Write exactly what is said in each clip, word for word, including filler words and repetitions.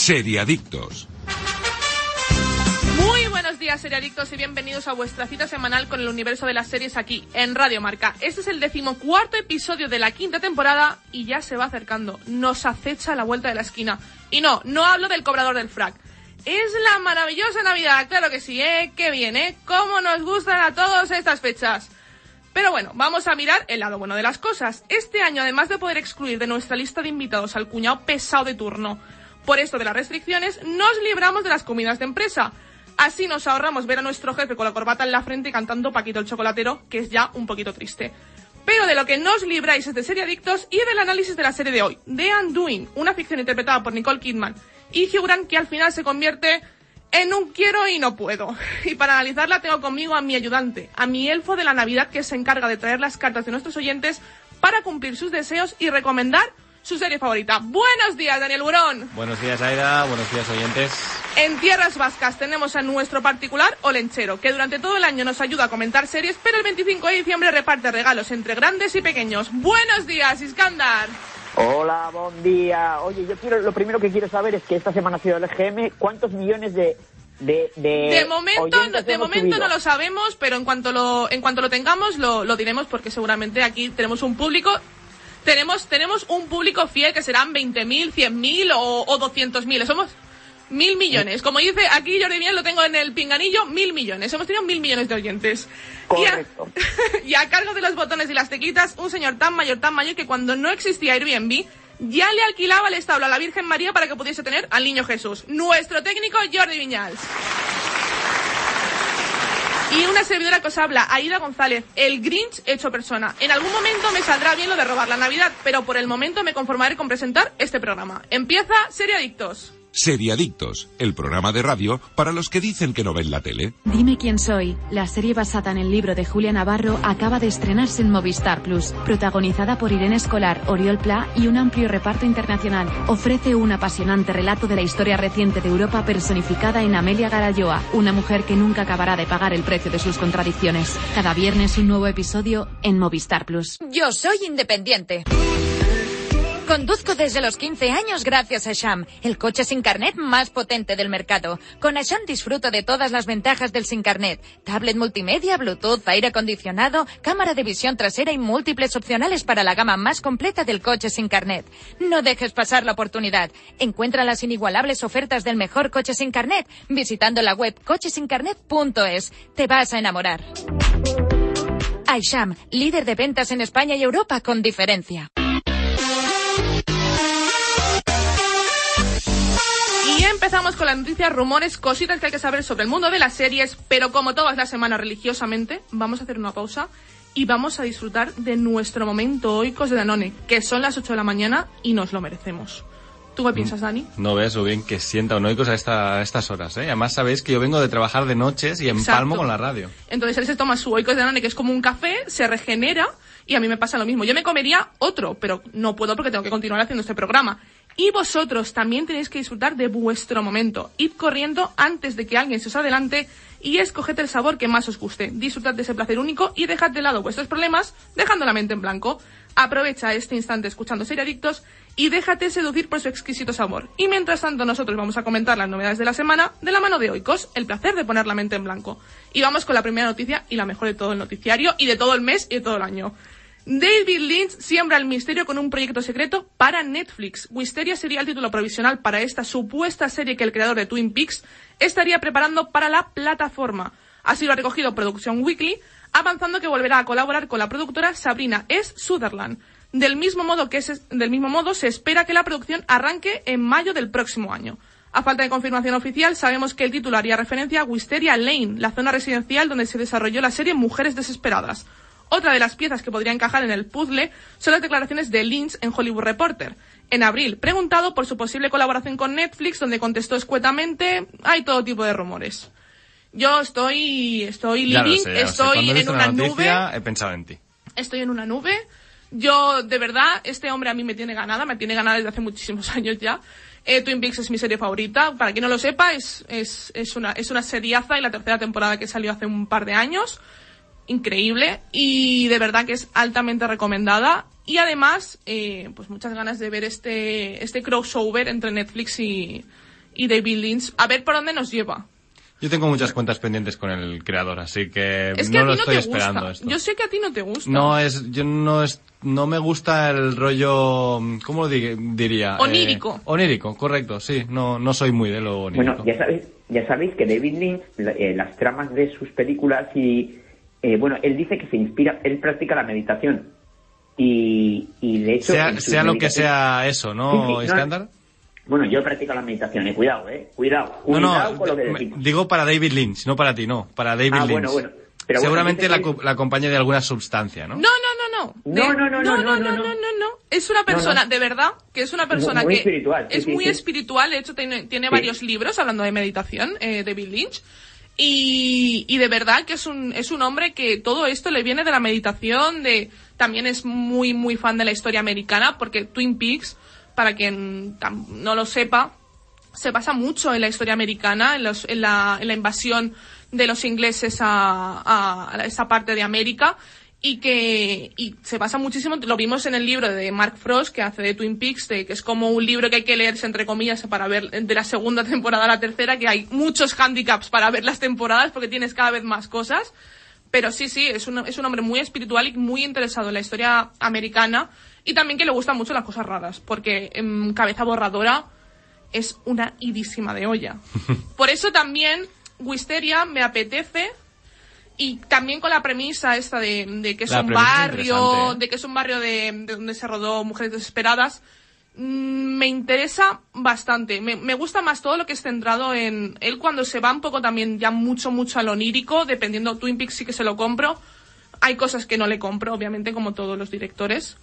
Seriadictos. Muy buenos días, seriadictos, y bienvenidos a vuestra cita semanal con el universo de las series aquí, en Radio Marca. Este es el decimocuarto episodio de la quinta temporada y ya se va acercando. Nos acecha a la vuelta de la esquina. Y no, no hablo del cobrador del frac. Es la maravillosa Navidad, claro que sí, ¿eh? ¡Qué bien, eh! ¡Cómo nos gustan a todos estas fechas! Pero bueno, vamos a mirar el lado bueno de las cosas. Este año, además de poder excluir de nuestra lista de invitados al cuñado pesado de turno por esto de las restricciones, nos libramos de las comidas de empresa. Así nos ahorramos ver a nuestro jefe con la corbata en la frente y cantando Paquito el Chocolatero, que es ya un poquito triste. Pero de lo que nos libráis es de Seriadictos y del análisis de la serie de hoy, The Undoing, una ficción interpretada por Nicole Kidman y Hugh Grant, que al final se convierte en un quiero y no puedo. Y para analizarla tengo conmigo a mi ayudante, a mi elfo de la Navidad, que se encarga de traer las cartas de nuestros oyentes para cumplir sus deseos y recomendar su serie favorita. Buenos días, Daniel Burón. Buenos días, Aida. Buenos días, oyentes. En tierras vascas tenemos a nuestro particular Olenchero, que durante todo el año nos ayuda a comentar series, pero el veinticinco de diciembre reparte regalos entre grandes y pequeños. Buenos días, Iskandar. Hola, buen día. Oye, yo quiero, lo primero que quiero saber es que esta semana ha sido el G M. ¿Cuántos millones de de de, de momento no, de momento subido? No lo sabemos, pero en cuanto lo en cuanto lo tengamos lo, lo diremos, porque seguramente aquí tenemos un público tenemos tenemos un público fiel que serán veinte mil, cien mil o, o doscientos mil. Somos mil millones. Como dice aquí Jordi Bien, lo tengo en el pinganillo, mil millones. Hemos tenido mil millones de oyentes. Correcto. Y a, y a cargo de los botones y las teclitas, un señor tan mayor, tan mayor, que cuando no existía Airbnb, ya le alquilaba el establo a la Virgen María para que pudiese tener al niño Jesús. Nuestro técnico, Jordi Viñals. Y una servidora que os habla, Aida González, el Grinch hecho persona. En algún momento me saldrá bien lo de robar la Navidad, pero por el momento me conformaré con presentar este programa. Empieza Seriadictos. Seriadictos, el programa de radio para los que dicen que no ven la tele. Dime quién soy. La serie basada en el libro de Julia Navarro acaba de estrenarse en Movistar Plus. Protagonizada por Irene Escolar, Oriol Pla y un amplio reparto internacional. Ofrece un apasionante relato de la historia reciente de Europa personificada en Amelia Garayoa, una mujer que nunca acabará de pagar el precio de sus contradicciones. Cada viernes un nuevo episodio en Movistar Plus. Yo soy independiente. Conduzco desde los quince años gracias a Sham, el coche sin carnet más potente del mercado. Con Asham disfruto de todas las ventajas del sin carnet. Tablet multimedia, Bluetooth, aire acondicionado, cámara de visión trasera y múltiples opcionales para la gama más completa del coche sin carnet. No dejes pasar la oportunidad. Encuentra las inigualables ofertas del mejor coche sin carnet visitando la web coche sin carnet punto es. Te vas a enamorar. Asham, líder de ventas en España y Europa con diferencia. Empezamos con las noticias, rumores, cositas que hay que saber sobre el mundo de las series, pero como todas las semanas religiosamente, vamos a hacer una pausa y vamos a disfrutar de nuestro momento oikos de Danone, que son las ocho de la mañana y nos lo merecemos. ¿Tú qué piensas, Dani? No veas lo bien que sienta un oikos a, esta, a estas horas, ¿eh? Además sabéis que yo vengo de trabajar de noches y empalmo con la radio. Entonces él se toma su oikos de Danone, que es como un café, se regenera, y a mí me pasa lo mismo. Yo me comería otro, pero no puedo porque tengo que continuar haciendo este programa. Y vosotros también tenéis que disfrutar de vuestro momento. Id corriendo antes de que alguien se os adelante y escoged el sabor que más os guste. Disfrutad de ese placer único y dejad de lado vuestros problemas, dejando la mente en blanco. Aprovecha este instante escuchando Seriadictos y déjate seducir por su exquisito sabor. Y mientras tanto nosotros vamos a comentar las novedades de la semana de la mano de Oikos, el placer de poner la mente en blanco. Y vamos con la primera noticia y la mejor de todo el noticiario y de todo el mes y de todo el año. David Lynch siembra el misterio con un proyecto secreto para Netflix. Wisteria sería el título provisional para esta supuesta serie que el creador de Twin Peaks estaría preparando para la plataforma. Así lo ha recogido Production Weekly, avanzando que volverá a colaborar con la productora Sabrina S. Sutherland. Del mismo modo que se, del mismo modo se espera que la producción arranque en mayo del próximo año. A falta de confirmación oficial, sabemos que el título haría referencia a Wisteria Lane, la zona residencial donde se desarrolló la serie Mujeres Desesperadas. Otra de las piezas que podría encajar en el puzzle son las declaraciones de Lynch en Hollywood Reporter. En abril, preguntado por su posible colaboración con Netflix, donde contestó escuetamente: hay todo tipo de rumores. Yo estoy, estoy living, sé, estoy en una noticia, nube. He pensado en ti. Estoy en una nube. Yo, de verdad, este hombre a mí me tiene ganada, me tiene ganada desde hace muchísimos años ya. Eh, Twin Peaks es mi serie favorita. Para quien no lo sepa, es, es, es una, es una seriaza, y la tercera temporada que salió hace un par de años. Increíble, y de verdad que es altamente recomendada. Y además, eh, pues muchas ganas de ver este, este crossover entre Netflix y, y David Lynch, a ver por dónde nos lleva. Yo tengo muchas cuentas pendientes con el creador, así que, es que no a ti lo no estoy te esperando gusta. esto. Yo sé que a ti no te gusta. No es, yo no es, no me gusta el rollo, ¿cómo lo di- diría? Onírico. Eh, onírico, correcto, sí. No, no soy muy de lo onírico. Bueno, ya sabéis, ya sabéis que David Lynch, la- eh, las tramas de sus películas y, eh, bueno, él dice que se inspira, él practica la meditación. Y, y de hecho... sea en sus sea lo que meditaciones- sea eso, ¿no, Sí, sí, no, Iskandar? Bueno, yo practico la meditación, eh, cuidado, eh, cuidado, No, cuidado no, con lo que me- decimos. digo para David Lynch, no para ti, no, para David Ah, Lynch. bueno, bueno. Pero bueno, Seguramente dice la, que- co- la acompaña de alguna sustancia, ¿no? No, no, no, no. No, De- no, no, no, no, no, no, no. no. Es una persona, no. de verdad, que es una persona Muy que espiritual, sí, es sí, muy sí. espiritual. De hecho, tiene, tiene Sí. varios libros hablando de meditación, eh, David Lynch. Y, y de verdad que es un, es un hombre que todo esto le viene de la meditación, de, también es muy, muy fan de la historia americana, porque Twin Peaks, para quien tam- no lo sepa, se basa mucho en la historia americana, en, los, en, la, en la invasión de los ingleses a, a, a esa parte de América, y que y se basa muchísimo, lo vimos en el libro de Mark Frost, que hace de Twin Peaks, de, que es como un libro que hay que leerse entre comillas para ver de la segunda temporada a la tercera, que hay muchos handicaps para ver las temporadas porque tienes cada vez más cosas. Pero sí, sí, es un, es un hombre muy espiritual y muy interesado en la historia americana, y también que le gustan mucho las cosas raras, porque en Cabeza Borradora es una idísima de olla. Por eso también Wisteria me apetece, y también con la premisa esta de, de que es La un premisa es barrio, interesante, ¿eh? de que es un barrio de, de donde se rodó Mujeres Desesperadas, mm, me interesa bastante. Me, me gusta más todo lo que es centrado en él cuando se va un poco también ya mucho, mucho al onírico, dependiendo. Twin Peaks sí que se lo compro. Hay cosas que no le compro, obviamente, como todos los directores.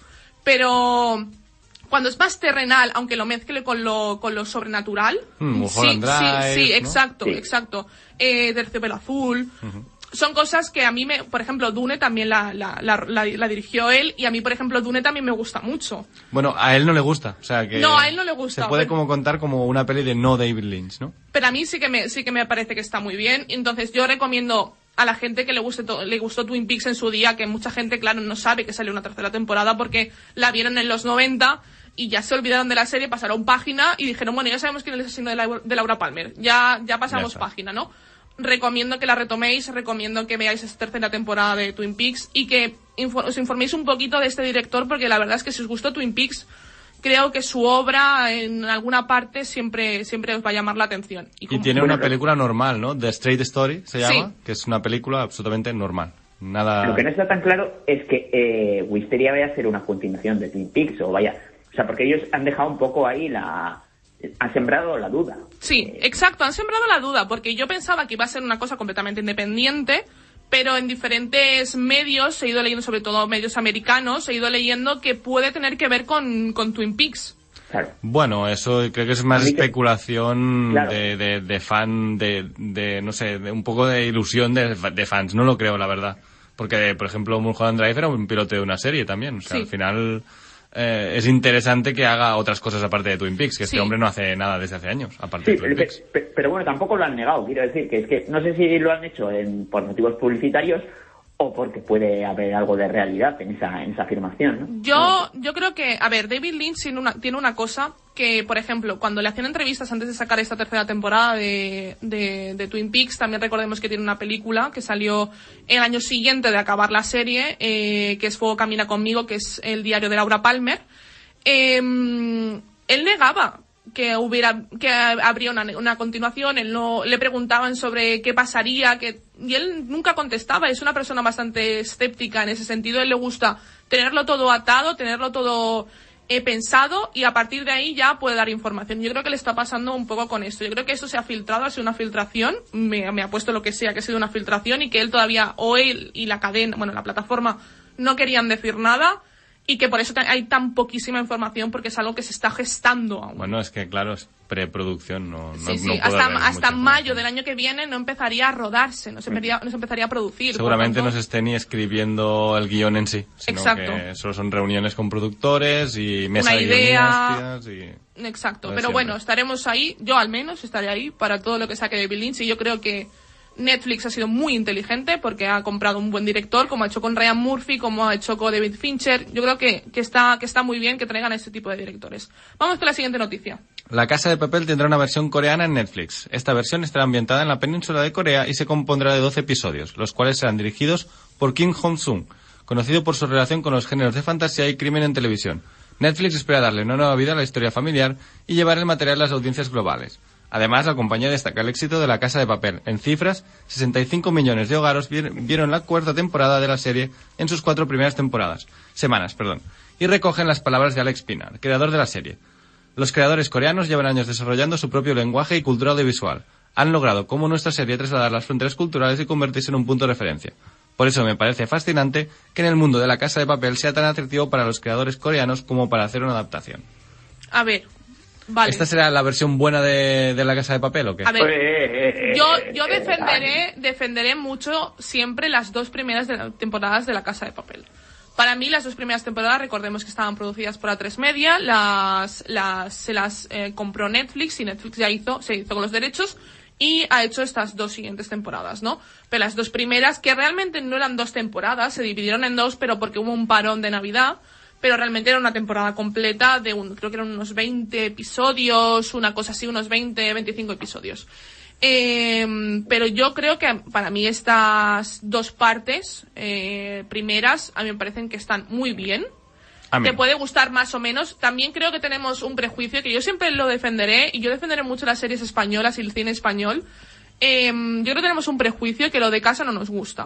Pero cuando es más terrenal, aunque lo mezcle con lo, con lo sobrenatural. Mm, sí, Mulholland Drive, sí, sí, ¿no? exacto, Sí. exacto. Eh, Terciopelo Azul. Son cosas que a mí me, por ejemplo, Dune también la, la, la, la, la dirigió él, y a mí, por ejemplo, Dune también me gusta mucho. Bueno, a él no le gusta, o sea que... No, a él no le gusta, Se puede pero- como contar como una peli de no David Lynch, ¿no? Pero a mí sí que me, sí que me parece que está muy bien. Entonces yo recomiendo a la gente que le guste to- le gustó Twin Peaks en su día, que mucha gente, claro, no sabe que salió una tercera temporada porque la vieron en los noventa y ya se olvidaron de la serie, pasaron página y dijeron, bueno, ya sabemos quién es el asesino de, la- de Laura Palmer. Ya, ya pasamos Ya está. página, ¿no? Recomiendo que la retoméis, recomiendo que veáis esta tercera temporada de Twin Peaks y que info- os informéis un poquito de este director, porque la verdad es que si os gustó Twin Peaks, creo que su obra en alguna parte siempre siempre os va a llamar la atención. Y como- tiene Bueno, una lo- película normal, ¿no? The Straight Story se Sí. llama, que es una película absolutamente normal. Nada... Lo que no está tan claro es que eh, Wisteria vaya a ser una continuación de Twin Peaks, o vaya... O sea, porque ellos han dejado un poco ahí la... Han sembrado la duda. Sí, exacto, han sembrado la duda, porque yo pensaba que iba a ser una cosa completamente independiente, pero en diferentes medios, he ido leyendo, sobre todo medios americanos, he ido leyendo que puede tener que ver con, con Twin Peaks. Claro. Bueno, eso creo que es más A mí que- especulación Claro. de, de, de fan, de, de, no sé, de un poco de ilusión de, de fans. No lo creo, la verdad. Porque, por ejemplo, Mulholland Drive era un piloto de una serie también. O sea, Sí. al final eh, es interesante que haga otras cosas aparte de Twin Peaks, que Sí. este hombre no hace nada desde hace años, aparte Sí, de Twin pe- Peaks. pe- pero bueno, tampoco lo han negado, quiero decir, que es que no sé si lo han hecho en- por motivos publicitarios o porque puede haber algo de realidad en esa, en esa afirmación, ¿no? Yo, yo creo que, a ver, David Lynch tiene una, tiene una cosa que, por ejemplo, cuando le hacían entrevistas antes de sacar esta tercera temporada de, de, de Twin Peaks, también recordemos que tiene una película que salió el año siguiente de acabar la serie, eh, que es Fuego Camina Conmigo, que es el diario de Laura Palmer. Eh, él negaba que hubiera que habría una, una continuación, él no le preguntaban sobre qué pasaría, que y él nunca contestaba. Es una persona bastante escéptica en ese sentido. A él le gusta tenerlo todo atado, tenerlo todo eh, pensado, y a partir de ahí ya puede dar información. Yo creo que le está pasando un poco con esto. Yo creo que esto se ha filtrado, ha sido una filtración, me, me ha puesto lo que sea que ha sido una filtración, y que él todavía, o él y la cadena, bueno, la plataforma, no querían decir nada, y que por eso hay tan poquísima información, porque es algo que se está gestando aún. Bueno, es que claro, es preproducción, no, no, Sí, sí, no puede hasta, haber hasta mucha mayo información. del año que viene no empezaría a rodarse, no se empezaría, no se empezaría a producir. Seguramente por no tanto- se esté ni escribiendo el guión en sí, sino Exacto. que solo son reuniones con productores y mesa Una de idea. guionistas y... Exacto, Lo de pero siempre. bueno, estaremos ahí, yo al menos estaré ahí para todo lo que saque David Lynch, y yo creo que Netflix ha sido muy inteligente porque ha comprado un buen director, como ha hecho con Ryan Murphy, como ha hecho con David Fincher. Yo creo que, que está que está muy bien que traigan a este tipo de directores. Vamos con la siguiente noticia. La Casa de Papel tendrá una versión coreana en Netflix. Esta versión estará ambientada en la península de Corea y se compondrá de doce episodios, los cuales serán dirigidos por Kim Hong-sung, conocido por su relación con los géneros de fantasía y crimen en televisión. Netflix espera darle una nueva vida a la historia familiar y llevar el material a las audiencias globales. Además, la compañía destaca el éxito de La Casa de Papel. En cifras, sesenta y cinco millones de hogares vieron la cuarta temporada de la serie en sus cuatro primeras temporadas, semanas, perdón, y recogen las palabras de Alex Pinar, creador de la serie. Los creadores coreanos llevan años desarrollando su propio lenguaje y cultura audiovisual. Han logrado, como nuestra serie, trasladar las fronteras culturales y convertirse en un punto de referencia. Por eso me parece fascinante que en el mundo de La Casa de Papel sea tan atractivo para los creadores coreanos como para hacer una adaptación. A ver, vale. ¿Esta será la versión buena de, de La Casa de Papel o qué? A ver, yo, yo defenderé, defenderé mucho siempre las dos primeras de la, temporadas de La Casa de Papel. Para mí, las dos primeras temporadas, recordemos que estaban producidas por A tres Media, las, las, se las eh, compró Netflix y Netflix ya hizo, se hizo con los derechos y ha hecho estas dos siguientes temporadas, ¿no? Pero las dos primeras, que realmente no eran dos temporadas, se dividieron en dos, pero porque hubo un parón de Navidad, pero realmente era una temporada completa de un, creo que eran unos veinte episodios, una cosa así, unos veinte, veinticinco episodios. Eh, pero yo creo que para mí estas dos partes eh, primeras a mí me parecen que están muy bien. Te puede gustar más o menos. También creo que tenemos un prejuicio que yo siempre lo defenderé, y yo defenderé mucho las series españolas y el cine español. Eh, yo creo que tenemos un prejuicio que lo de casa no nos gusta.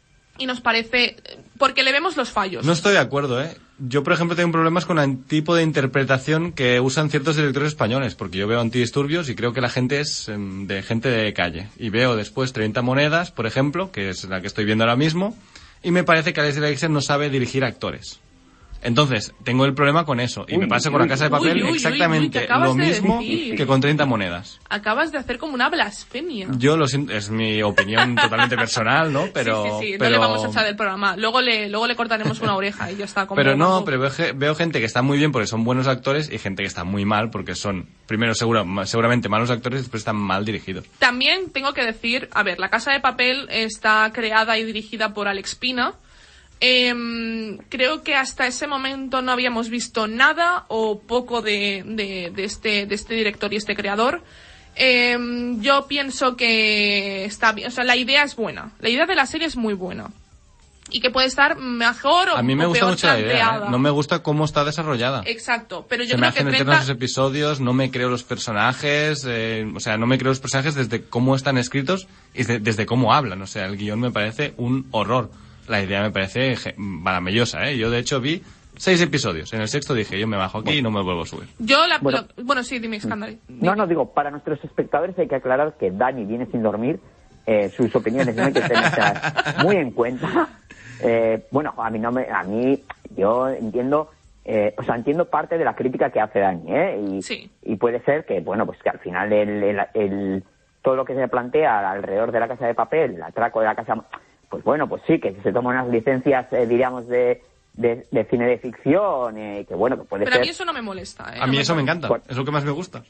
Y nos parece... porque le vemos los fallos. No estoy de acuerdo, ¿eh? Yo, por ejemplo, tengo problemas con el tipo de interpretación que usan ciertos directores españoles, porque yo veo Antidisturbios y creo que la gente es um, de gente de calle. Y veo después treinta monedas, por ejemplo, que es la que estoy viendo ahora mismo, y me parece que Alex de la Iglesia no sabe dirigir actores. Entonces, tengo el problema con eso. Y uy, me pasa uy, con La Casa de Papel uy, uy, exactamente uy, uy, lo mismo de que con treinta monedas. Acabas de hacer como una blasfemia. Yo lo siento, es mi opinión totalmente personal, ¿no? Pero, sí, sí, sí. pero... no le vamos a echar del programa. Luego le, luego le cortaremos una oreja y ya está. Como pero no, como... pero veo, veo gente que está muy bien porque son buenos actores y gente que está muy mal porque son, primero, seguro, seguramente malos actores y después están mal dirigidos. También tengo que decir, a ver, La Casa de Papel está creada y dirigida por Alex Pina. Eh, creo que hasta ese momento no habíamos visto nada o poco de, de, de, este, de este director y este creador. Eh, yo pienso que está bien, o sea, la idea es buena. La idea de la serie es muy buena. Y que puede estar mejor o, a mí me o gusta peor mucho la planteada. idea, ¿eh? No me gusta cómo está desarrollada. Exacto, pero yo Se creo me hacen que eternos treinta... esos episodios, no me creo los personajes, eh, o sea, no me creo los personajes desde cómo están escritos y de, desde cómo hablan. O sea, el guión me parece un horror. La idea me parece maravillosa, ¿eh? Yo, de hecho, vi seis episodios. En el sexto dije, yo me bajo aquí bueno. y no me vuelvo a subir. Yo la... Bueno, lo, bueno sí, dime, Escándalo. No, no, digo, para nuestros espectadores hay que aclarar que Dani viene sin dormir. Eh, sus opiniones no hay que tenerlas muy en cuenta. Eh, bueno, a mí no me... A mí, yo entiendo... Eh, o sea, entiendo parte de la crítica que hace Dani, ¿eh? Y, sí. y puede ser que, bueno, pues que al final el, el, el, todo lo que se plantea alrededor de La Casa de Papel, el atraco de la Casa... Pues bueno, pues sí, que se toman unas licencias, eh, diríamos, de, de, de cine de ficción, eh, que bueno, que puede pero ser... Pero a mí eso no me molesta, ¿eh? A no mí me eso molesta. me encanta, bueno, es lo que más me gusta.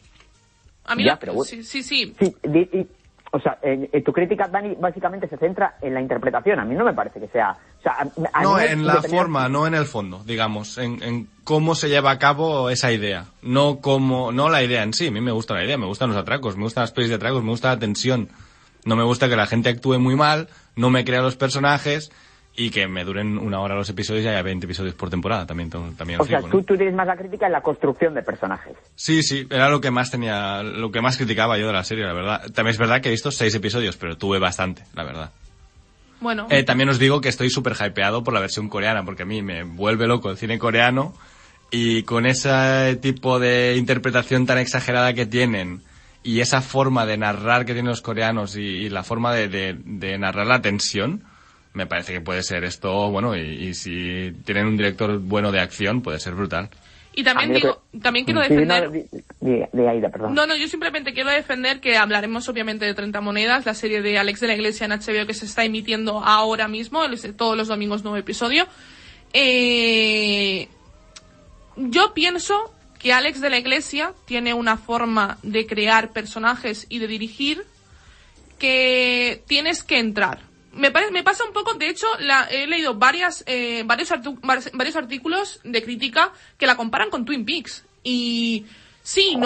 A mí ya, lo... pero bueno. Sí, sí, sí. sí di, di, o sea, eh, eh, tu crítica, Dani, básicamente se centra en la interpretación. A mí no me parece que sea... O sea a, a no, nivel en la forma, no en el fondo, digamos, en, en cómo se lleva a cabo esa idea. No como, no la idea en sí, a mí me gusta la idea, me gustan los atracos, me gustan las pelis de atracos, me gusta la tensión. No me gusta que la gente actúe muy mal, no me crea los personajes y que me duren una hora los episodios y haya veinte episodios por temporada. También, también o sea, digo, tú, ¿no? tú tienes más la crítica en la construcción de personajes. Sí, sí, era lo que más tenía, lo que más criticaba yo de la serie, la verdad. También es verdad que he visto seis episodios, pero tuve bastante, la verdad. Bueno. Eh, también os digo que estoy súper hypeado por la versión coreana, porque a mí me vuelve loco el cine coreano y con ese tipo de interpretación tan exagerada que tienen y esa forma de narrar que tienen los coreanos y, y la forma de, de, de narrar la tensión, me parece que puede ser esto, bueno, y, y si tienen un director bueno de acción, puede ser brutal. Y también digo, que... también quiero defender... Sí, no, de, de Aida, perdón. No, no, yo simplemente quiero defender que hablaremos obviamente de treinta monedas, la serie de Alex de la Iglesia en H B O que se está emitiendo ahora mismo, todos los domingos nuevo episodio. Eh... Yo pienso que Alex de la Iglesia tiene una forma de crear personajes y de dirigir que tienes que entrar. Me, parece, me pasa un poco, de hecho, la, he leído varias, eh, varios, artu, varios artículos de crítica que la comparan con Twin Peaks. Y sí, no.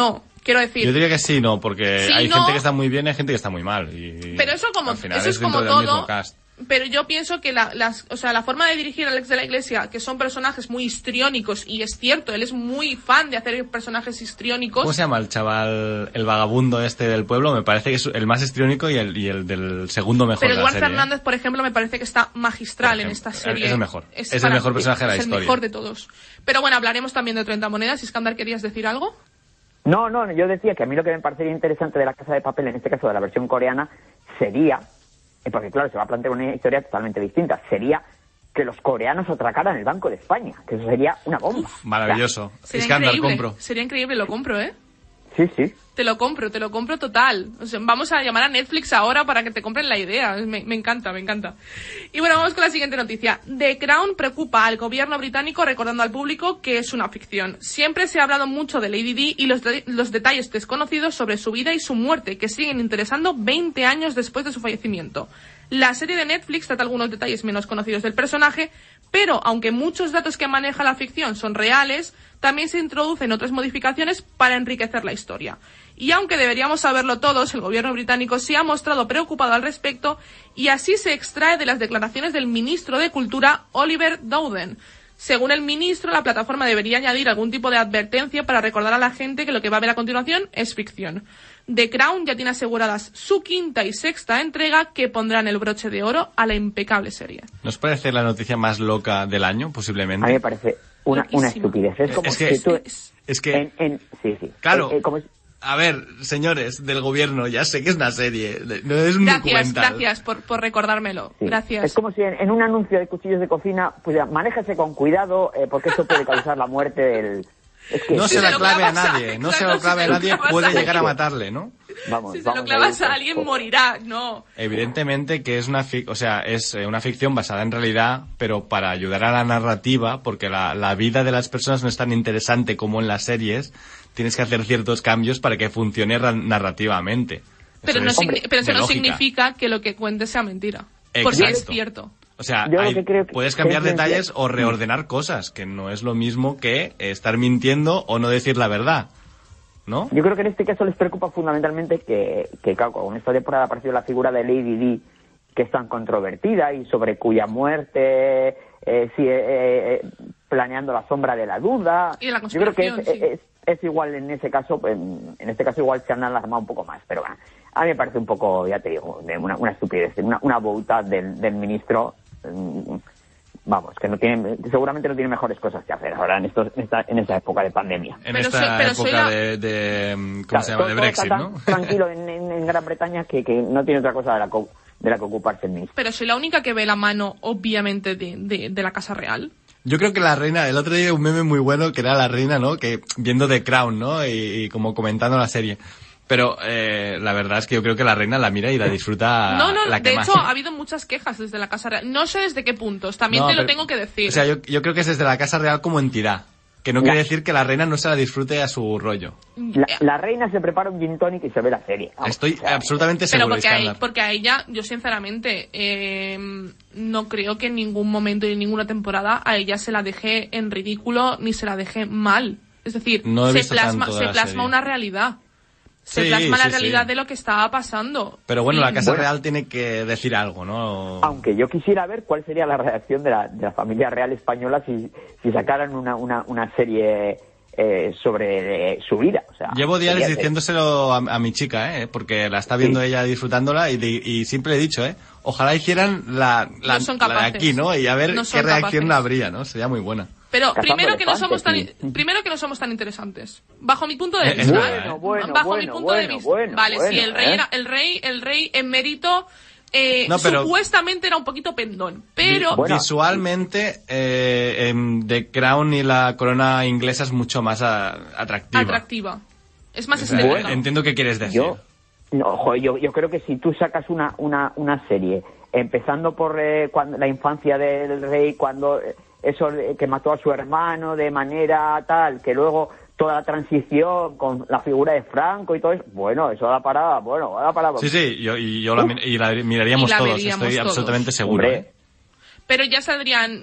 Quiero decir... Yo diría que sí, no, porque sí, hay no, gente que está muy bien y hay gente que está muy mal. Y, pero eso como, al final eso es, es como dentro del mismo todo... cast. Pero yo pienso que la, las, o sea, la forma de dirigir a Alex de la Iglesia, que son personajes muy histriónicos, y es cierto, él es muy fan de hacer personajes histriónicos. ¿Cómo se llama el chaval, el vagabundo este del pueblo? Me parece que es el más histriónico y el, y el del segundo mejor Pero de la Eduard serie. Fernández, por ejemplo, me parece que está magistral Por ejemplo, en esta serie. Es el mejor. Es, es para, el mejor personaje de la es historia. Es el mejor de todos. Pero bueno, hablaremos también de treinta monedas. Iskandar, ¿querías decir algo? No, no, yo decía que a mí lo que me parecería interesante de La Casa de Papel, en este caso de la versión coreana, sería... porque claro, se va a plantear una historia totalmente distinta, sería que los coreanos atracaran el Banco de España, que eso sería una bomba. Uf, maravilloso. Sería Iskandar, increíble, compro. sería increíble, lo compro, ¿eh? Sí, sí. Te lo compro, te lo compro total. O sea, vamos a llamar a Netflix ahora para que te compren la idea. Me, me encanta, me encanta. Y bueno, vamos con la siguiente noticia. The Crown preocupa al gobierno británico recordando al público que es una ficción. Siempre se ha hablado mucho de Lady Di y los, de, los detalles desconocidos sobre su vida y su muerte, que siguen interesando veinte años después de su fallecimiento. La serie de Netflix trata algunos detalles menos conocidos del personaje, pero aunque muchos datos que maneja la ficción son reales, también se introducen otras modificaciones para enriquecer la historia. Y aunque deberíamos saberlo todos, el gobierno británico se ha mostrado preocupado al respecto, y así se extrae de las declaraciones del ministro de Cultura, Oliver Dowden. Según el ministro, la plataforma debería añadir algún tipo de advertencia para recordar a la gente que lo que va a ver a continuación es ficción. The Crown ya tiene aseguradas su quinta y sexta entrega, que pondrán el broche de oro a la impecable serie. ¿Nos parece la noticia más loca del año, posiblemente? A mí me parece una, una estupidez. Es como es que, si tú... Es que... En, en, sí, sí. Claro. Eh, eh, como... A ver, señores del gobierno, ya sé que es una serie, no es un gracias, documental. Gracias por, por recordármelo. Sí. Gracias. Es como si en, en un anuncio de cuchillos de cocina, pues ya, manéjese con cuidado, eh, porque eso puede causar la muerte del... Es que no si se la lo clave a clavas nadie, a- no se exacto, lo clave si a te lo nadie, clavas puede a llegar a alguien. matarle, ¿no? Vamos, Si se vamos lo clavas ir, a alguien, pues, morirá. No. Evidentemente que es una fic- o sea, es eh, una ficción basada en realidad, pero para ayudar a la narrativa, porque la, la vida de las personas no es tan interesante como en las series, tienes que hacer ciertos cambios para que funcione ra- narrativamente. Pero, Eso no es signi- pero eso de no lógica. significa que lo que cuentes sea mentira. Porque Exacto. es cierto. O sea, Yo lo hay- que creo que- puedes que cambiar es detalles mentira. o reordenar cosas, que no es lo mismo que estar mintiendo o no decir la verdad, ¿no? Yo creo que en este caso les preocupa fundamentalmente que, que claro, con esta temporada ha aparecido la figura de Lady Di, que es tan controvertida y sobre cuya muerte eh, sigue eh, eh, planeando la sombra de la duda. Y de la Yo creo que es, conspiración, sí. es, es igual en ese caso, en, en este caso igual se han alarmado un poco más, pero bueno, a mí me parece un poco, ya te digo, de una, una estupidez, una, una bouta del, del ministro. mm, Vamos, que no tiene, seguramente no tiene mejores cosas que hacer ahora en estos, en esta, en esta época de pandemia. En Pero esta soy- pero soy época la- de, de, ¿cómo Claro, se llama? todo- De todo Brexit, está ¿no? tan tranquilo en, en, en Gran Bretaña que, que no tiene otra cosa de la, co- de la que ocuparse el ministro. Pero soy la única que ve la mano, obviamente, de, de, de la Casa Real. Yo creo que la reina, el otro día un meme muy bueno que era la reina, ¿no? Que viendo The Crown, ¿no? Y, y como comentando la serie. Pero eh, la verdad es que yo creo que la reina la mira y la disfruta No, no, la que de más. hecho ha habido muchas quejas desde la Casa Real. No sé desde qué puntos, también No, te lo pero- tengo que decir. O sea, yo, yo creo que es desde la Casa Real como entidad. Que no Ya. quiere decir que la reina no se la disfrute a su rollo. La, la reina se prepara un gin tonic y se ve la serie. Vamos, Estoy o sea, absolutamente Pero seguro, porque a, Iskandar. porque a ella, yo sinceramente, eh, no creo que en ningún momento y en ninguna temporada a ella se la deje en ridículo ni se la deje mal. Es decir, No he se visto plasma, tanto de se la plasma serie. una realidad. Se Sí, plasma la sí, realidad sí. de lo que estaba pasando. Pero bueno, Y- la Casa Bueno. Real tiene que decir algo, ¿no? Aunque yo quisiera ver cuál sería la reacción de la, de la familia real española si, si sacaran una, una, una serie eh, sobre eh, su vida. O sea, Llevo días sería- diciéndoselo a, a mi chica, ¿eh? Porque la está viendo Sí. ella disfrutándola y, de- y siempre le he dicho, ¿eh? Ojalá hicieran la, la, No son la de capaces. aquí, ¿no? Y a ver No qué son reacción capaces. habría, ¿no? Sería muy buena. Pero Cazando primero que no somos tan elefantes, sí. primero que no somos tan interesantes. Bajo mi punto de Eh, vista. bueno, ¿eh? bueno, Bajo bueno, mi punto de bueno, vista. bueno, vale, bueno, sí, el rey ¿eh? era el rey, el rey emérito eh, No, pero- supuestamente era un poquito pendón, pero Vi- Bueno, visualmente, eh, em, The Crown y la corona inglesa es mucho más a- atractiva. atractiva. Es más O sea, estética. entiendo qué quieres decir. Yo, no, joder, yo, yo creo que si tú sacas una, una, una serie, empezando por eh, cuando, la infancia del rey, cuando eh, eso de- que mató a su hermano de manera tal, que luego toda la transición con la figura de Franco y todo eso, bueno, eso da para, bueno, da para... Sí, sí, yo, y yo la, mi- y la miraríamos Y la todos, veríamos estoy todos. absolutamente seguro. Hombre, ¿eh? Pero ya saldrían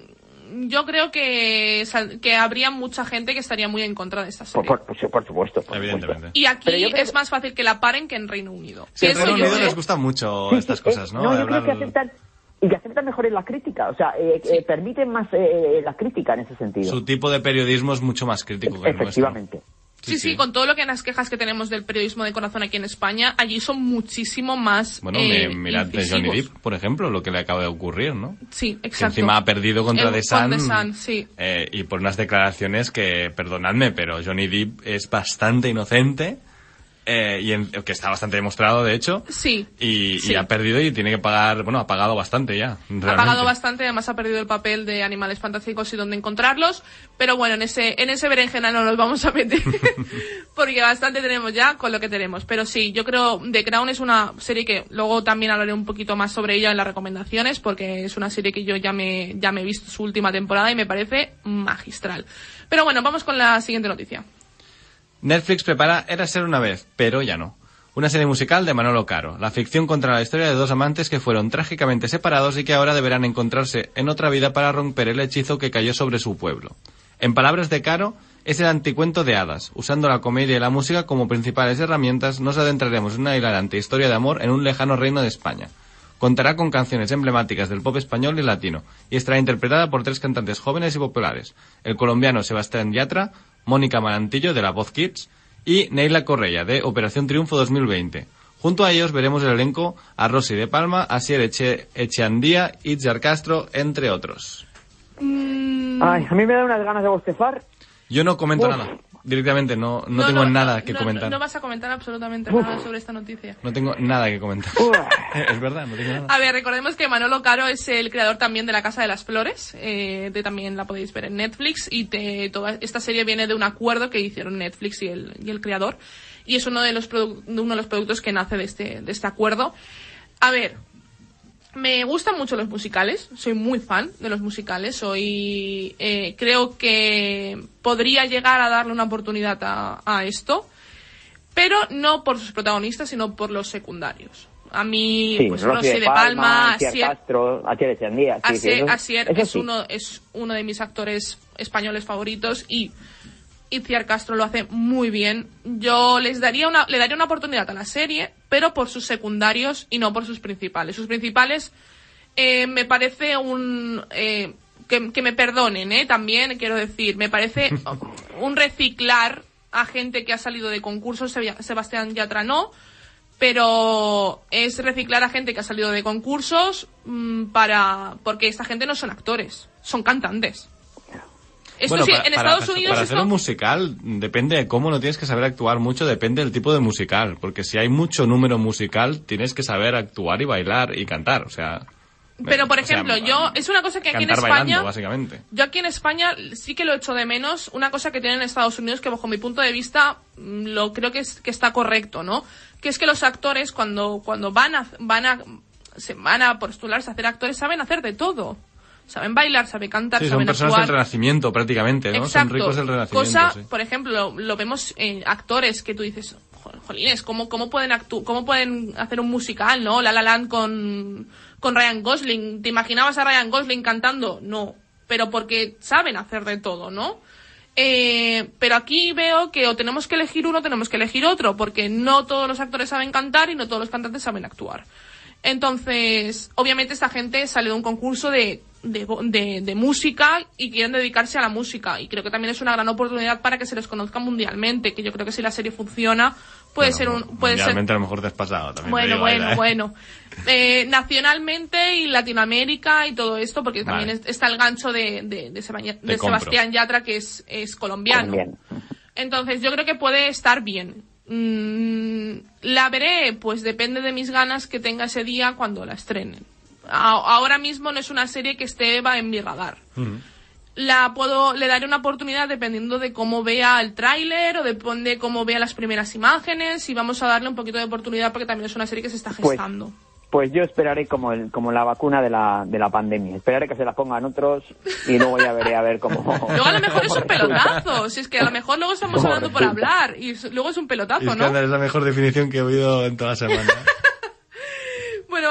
yo creo que, que habría mucha gente que estaría muy en contra de esta serie. Por, por, por supuesto. Por Evidentemente. Y aquí creo... es más fácil que la paren que en Reino Unido. Sí, en Reino yo, Unido ¿eh? les gustan mucho sí, estas sí, cosas, eh, ¿no? No, yo hablar... creo que aceptan... Y que aceptan mejor en la crítica, o sea, eh, sí. eh, permiten más eh, la crítica en ese sentido. Su tipo de periodismo es mucho más crítico que el nuestro. Efectivamente. Sí, sí, sí, con todo lo que en las quejas que tenemos del periodismo de corazón aquí en España, allí son muchísimo más Bueno, eh, mirad de Johnny Depp, por ejemplo, lo que le acaba de ocurrir, ¿no? Sí, exacto. Que encima ha perdido contra El, The Sun, The Sun sí. eh, y por unas declaraciones que, perdonadme, pero Johnny Depp es bastante inocente. Eh, y en, que está bastante demostrado, de hecho. Sí. Y, sí. y ha perdido y tiene que pagar, bueno, ha pagado bastante ya. Realmente. Ha pagado bastante, además ha perdido el papel de Animales Fantásticos y dónde encontrarlos. Pero bueno, en ese, en ese berenjena no nos vamos a meter. Porque bastante tenemos ya con lo que tenemos. Pero sí, yo creo The Crown es una serie que luego también hablaré un poquito más sobre ella en las recomendaciones, porque es una serie que yo ya me, ya me he visto su última temporada y me parece magistral. Pero bueno, vamos con la siguiente noticia. Netflix prepara Érase una vez, pero ya no. Una serie musical de Manolo Caro. La ficción contra la historia de dos amantes que fueron trágicamente separados y que ahora deberán encontrarse en otra vida para romper el hechizo que cayó sobre su pueblo. En palabras de Caro, es el anticuento de hadas. Usando la comedia y la música como principales herramientas, nos adentraremos en una hilarante historia de amor en un lejano reino de España. Contará con canciones emblemáticas del pop español y latino, y estará interpretada por tres cantantes jóvenes y populares. El colombiano Sebastián Yatra, Mónica Marantillo, de La Voz Kids, y Neila Correia, de Operación Triunfo dos mil veinte. Junto a ellos veremos el elenco a Rosy de Palma, Asier Eche Echeandía, Itziar Castro, entre otros. Mm. Ay, a mí me da unas ganas de bostezar. Yo no comento Uf. nada. Directamente, no, no, No, tengo no, nada no, que no, comentar. No, no vas a comentar absolutamente Uf. nada sobre esta noticia. No tengo nada que comentar. Uf. Es verdad, no tengo nada. A ver, recordemos que Manolo Caro es el creador también de La Casa de las Flores, eh, de también la podéis ver en Netflix, y te, toda esta serie viene de un acuerdo que hicieron Netflix y el, y el creador, y es uno de los produ- uno de los productos que nace de este, de este acuerdo. A ver, me gustan mucho los musicales, soy muy fan de los musicales, soy eh, creo que podría llegar a darle una oportunidad a, a esto, pero no por sus protagonistas, sino por los secundarios. A mí, Sí, pues Rosy Rosy de Palma, Asier Asier, Castro, Asier Echeandía. Sí, sí, Asier, eso- Asier eso es sí. uno es uno de mis actores españoles favoritos y Itziar Castro lo hace muy bien. Yo les daría una le daría una oportunidad a la serie, pero por sus secundarios y no por sus principales. Sus principales eh, me parece un eh, que, que me perdonen, eh, también quiero decir, me parece un reciclar a gente que ha salido de concursos. Sebastián Yatra no, pero es reciclar a gente que ha salido de concursos mmm, para porque esta gente no son actores, son cantantes. Esto Bueno, sí, para, en para- Estados Unidos para esto... hacer un musical, depende de cómo, no tienes que saber actuar mucho, depende del tipo de musical. Porque si hay mucho número musical, tienes que saber actuar y bailar y cantar, o sea... Pero, por o sea, ejemplo, yo... Es una cosa que aquí en cantar España... bailando, básicamente. Yo aquí en España sí que lo echo de menos. Una cosa que tienen en Estados Unidos que, bajo mi punto de vista, mm, lo creo que, es, que está correcto, ¿no? Que es que los actores, cuando, cuando van a... Van a se van a postularse a hacer actores, saben hacer de todo. Saben bailar, saben cantar, Sí, son saben personas actuar. del Renacimiento, prácticamente, ¿no? Exacto. Son ricos del Renacimiento, Cosa, sí. por ejemplo, lo, lo vemos en actores que tú dices, "Jo- jolines, ¿cómo, cómo pueden actu cómo pueden hacer un musical, no? La La Land con, con Ryan Gosling. ¿Te imaginabas a Ryan Gosling cantando? No. Pero porque saben hacer de todo, ¿no? Eh, pero aquí veo que o tenemos que elegir uno o tenemos que elegir otro, porque no todos los actores saben cantar y no todos los cantantes saben actuar. Entonces, obviamente esta gente sale de un concurso de, de, de, de música y quieren dedicarse a la música. Y creo que también es una gran oportunidad para que se les conozca mundialmente, que yo creo que si la serie funciona, puede Bueno, ser un... Puede ser, mundialmente a lo mejor despasado también. te bueno, digo, bueno, ¿eh? bueno. Eh, nacionalmente y Latinoamérica y todo esto, porque también Vale. es- está el gancho de, de, de, Seba- de compro. Sebastián Yatra, que es, es colombiano. Bien. Entonces yo creo que puede estar bien. Mm, la veré, pues depende de mis ganas que tenga ese día cuando la estrenen. A- ahora mismo no es una serie que esté va en mi radar. Ujú. La puedo, le daré una oportunidad dependiendo de cómo vea el tráiler o depende de cómo vea las primeras imágenes, y vamos a darle un poquito de oportunidad porque también es una serie que se está Pues, gestando. Pues yo esperaré como el, como la vacuna de la, de la pandemia. Esperaré que se la pongan otros y luego ya veré a ver cómo... Luego a lo mejor es cómo un resulta. pelotazo, si es que a lo mejor luego estamos ¿Cómo hablando por resulta? hablar y s- luego es un pelotazo, ¿no? Iskandar, es la mejor definición que he oído en toda la semana. Bueno, vamos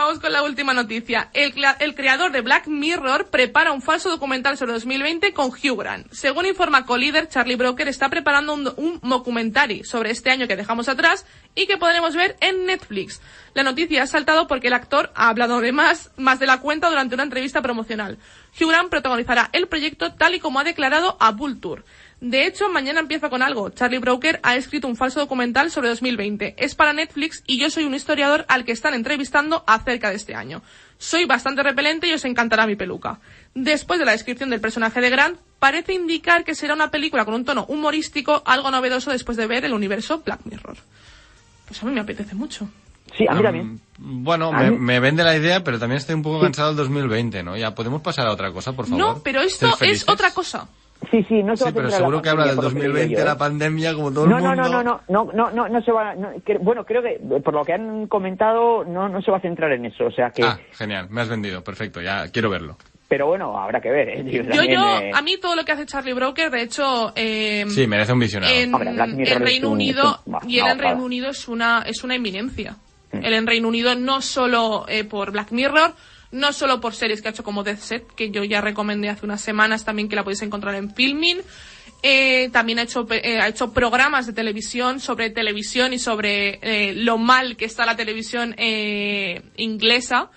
Vamos con la última noticia. El, el creador de Black Mirror prepara un falso documental sobre dos mil veinte con Hugh Grant. Según informa Collider, Charlie Brooker está preparando un, un documentary sobre este año que dejamos atrás y que podremos ver en Netflix. La noticia ha saltado porque el actor ha hablado de más, más de la cuenta durante una entrevista promocional. Hugh Grant protagonizará el proyecto tal y como ha declarado a Vulture. De hecho, mañana empieza con algo. Charlie Brooker ha escrito un falso documental sobre dos mil veinte. Es para Netflix y yo soy un historiador al que están entrevistando acerca de este año. Soy bastante repelente y os encantará mi peluca. Después de la descripción del personaje de Grant, parece indicar que será una película con un tono humorístico, algo novedoso después de ver el universo Black Mirror. Pues a mí me apetece mucho. Sí, a mí también. Um, bueno, a me, mí... me vende la idea, pero también estoy un poco cansado del dos mil veinte, ¿no? Ya, ¿podemos pasar a otra cosa, por favor? No, pero esto es otra cosa. Sí, sí, no se sí, va a pero centrar seguro la que habla del pandemia, dos mil veinte, yo, ¿eh? la pandemia, como todo no, el no, mundo. No, no, no, no, no, no, no se va, no, que, bueno, creo que por lo que han comentado no, no se va a centrar en eso, o sea que... Ah, genial, me has vendido, perfecto, ya quiero verlo. Pero bueno, habrá que ver, ¿eh? Yo, yo, también, yo eh... a mí todo lo que hace Charlie Brooker, de hecho... Eh, sí, merece un visionado. En, Hombre, en Reino un, Unido, un, un, y él no, en Reino nada. Unido es una, es una eminencia. Mm. Él en Reino Unido no solo eh, por Black Mirror, no solo por series que ha hecho como Death Set, que yo ya recomendé hace unas semanas también, que la podéis encontrar en Filmin. Eh, también ha hecho, eh, ha hecho programas de televisión sobre televisión y sobre eh, lo mal que está la televisión eh, inglesa,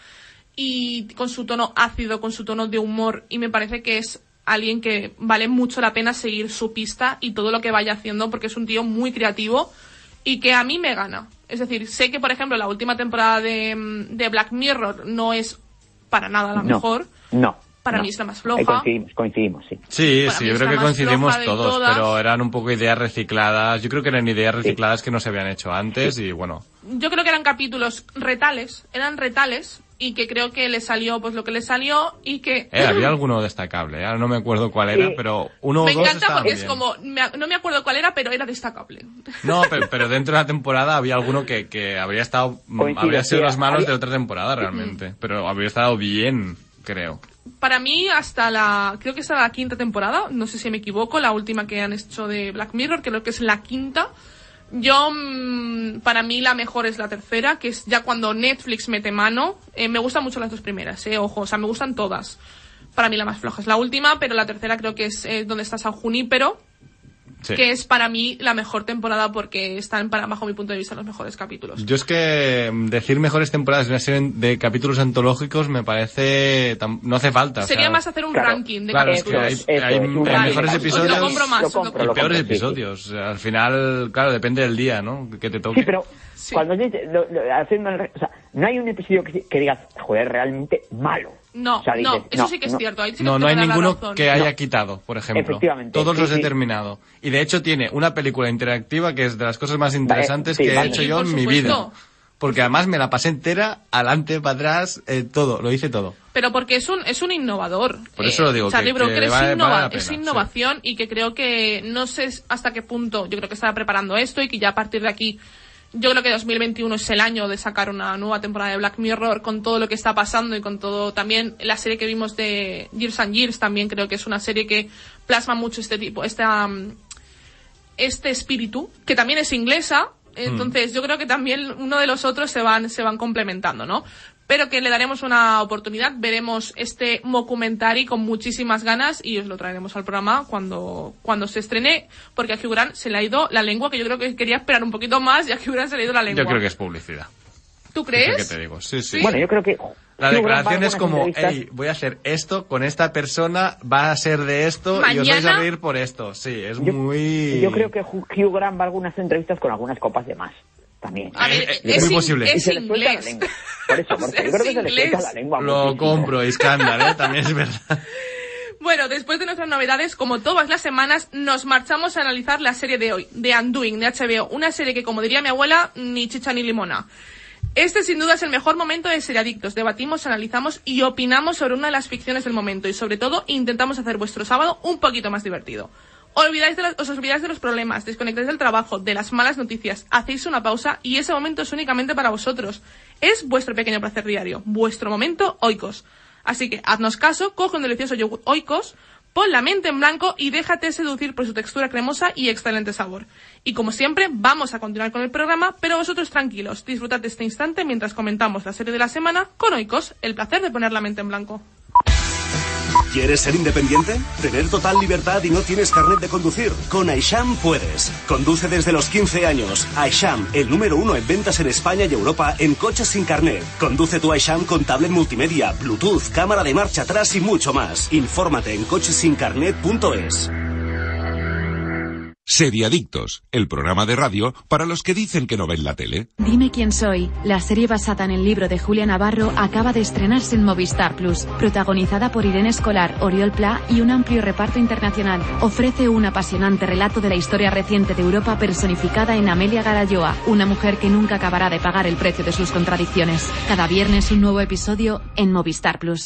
y con su tono ácido, con su tono de humor, y me parece que es alguien que vale mucho la pena seguir su pista y todo lo que vaya haciendo, porque es un tío muy creativo y que a mí me gana. Es decir, sé que, por ejemplo, la última temporada de, de Black Mirror no es para nada la no, mejor. No. Para no. mí es la más floja. Eh, coincidimos, coincidimos, sí. Sí, Para sí, mí yo es creo la que más coincidimos floja de todos, todas. pero eran un poco ideas recicladas. Yo creo que eran ideas recicladas sí. que no se habían hecho antes y bueno. Yo creo que eran capítulos retales, eran retales, y que creo que le salió pues lo que le salió y que... Eh, había alguno destacable, ¿eh? No me acuerdo cuál era, Sí. pero uno o Me dos encanta estaban porque es bien. como, me, no me acuerdo cuál era, pero era destacable. No, pero, pero dentro de la temporada había alguno que, que habría estado, Coincido, habría sido sí, los malos había- de otra temporada realmente, pero habría estado bien, creo. Para mí, hasta la, creo que es la quinta temporada, no sé si me equivoco, la última que han hecho de Black Mirror, creo que es la quinta. Yo, mmm, para mí la mejor es la tercera, que es ya cuando Netflix mete mano. Eh, me gustan mucho las dos primeras, eh, ojo, o sea, me gustan todas. Para mí la más floja es la última, pero la tercera creo que es eh, donde está San Junípero, Sí. que es para mí la mejor temporada porque están, para, bajo mi punto de vista, los mejores capítulos. Yo es que mm, decir mejores temporadas de una serie de capítulos antológicos me parece... tam- no hace falta. o Sería sea, más hacer un claro, ranking de Claro, es capítulos. que hay, Eso, hay es, m- un hay ranking. mejores Lo episodios compro más, lo lo compro, y lo peores compro, sí, sí. episodios. O sea, al final, claro, depende del día, ¿no? Que te toque. Sí, pero Sí. cuando dices, lo- lo- haciendo el re- o sea, no hay un episodio que, que digas, joder, realmente malo. No, O sea, dices, no, eso no, sí que es no. cierto. Ahí sí que No, te no hay voy a dar la ninguno razón. que haya No. quitado, por ejemplo. Efectivamente, Todos sí, los he sí. terminado. Y de hecho tiene una película interactiva que es de las cosas más interesantes sí, que he vale. hecho Y yo por en mi supuesto. vida. Porque además me la pasé entera, adelante, para atrás, eh, todo, lo hice todo. Pero porque es un es un innovador. Por eso lo digo, Charlie que- Brooker que es, vale- innova- vale la pena, es innovación y que creo que no sé hasta qué punto, yo creo que estará preparando esto y que ya a partir de aquí, yo creo que dos mil veintiuno es el año de sacar una nueva temporada de Black Mirror con todo lo que está pasando y con todo también la serie que vimos de Years and Years también creo que es una serie que plasma mucho este tipo, esta, mm, este espíritu, que también es inglesa. Entonces, yo creo que también uno de los otros se van, se van complementando, ¿no? Pero que le daremos una oportunidad, veremos este documentary con muchísimas ganas y os lo traeremos al programa cuando, cuando se estrene, porque a Hugh Grant se le ha ido la lengua, que yo creo que quería esperar un poquito más y a Hugh Grant se le ha ido la lengua. Yo creo que es publicidad. ¿Tú Es crees? lo que te digo. Sí, sí. Bueno, yo creo que... La Hugh Grant va a declaración es algunas como, entrevistas- hey, voy a hacer esto con esta persona, va a ser de esto y os vais a Mañana- reír por esto. Sí, es Yo, muy... yo creo que Hugh Hugh Grant va a algunas entrevistas con algunas copas de más. También. A ver, Eh, es, es muy in- posible. Y es se le suelta la inglés. lengua. Por eso, O sea, porque yo creo que es se le suelta inglés. la lengua. Lo muchísimo. compro, Iskandar, ¿eh? También es verdad. Bueno, después de nuestras novedades, como todas las semanas, nos marchamos a analizar la serie de hoy, The Undoing, de H B O. Una serie que, como diría mi abuela, ni chicha ni limona. Este, sin duda, es el mejor momento de Seriadictos. Debatimos, analizamos y opinamos sobre una de las ficciones del momento. Y, sobre todo, intentamos hacer vuestro sábado un poquito más divertido. Olvidáis de los, os olvidáis de los problemas, desconectáis del trabajo, de las malas noticias, hacéis una pausa y ese momento es únicamente para vosotros. Es vuestro pequeño placer diario, vuestro momento Oikos. Así que haznos caso, coge un delicioso yogur Oikos, Pon la mente en blanco y déjate seducir por su textura cremosa y excelente sabor. Y como siempre, vamos a continuar con el programa, pero vosotros tranquilos, disfrutad de este instante mientras comentamos la serie de la semana con Oikos, el placer de poner la mente en blanco. ¿Quieres ser independiente? ¿Tener total libertad y no tienes carnet de conducir? Con Aisham puedes. Conduce desde los quince años. Aisham, el número uno en ventas en España y Europa en coches sin carnet. Conduce tu Aisham con tablet multimedia, Bluetooth, cámara de marcha atrás y mucho más. Infórmate en coches sin carnet punto es. Seriadictos, el programa de radio para los que dicen que no ven la tele. Dime quién soy. La serie basada en el libro de Julia Navarro acaba de estrenarse en Movistar Plus, protagonizada por Irene Escolar, Oriol Pla y un amplio reparto internacional. Ofrece un apasionante relato de la historia reciente de Europa personificada en Amelia Garayoa, una mujer que nunca acabará de pagar el precio de sus contradicciones. Cada viernes un nuevo episodio en Movistar Plus.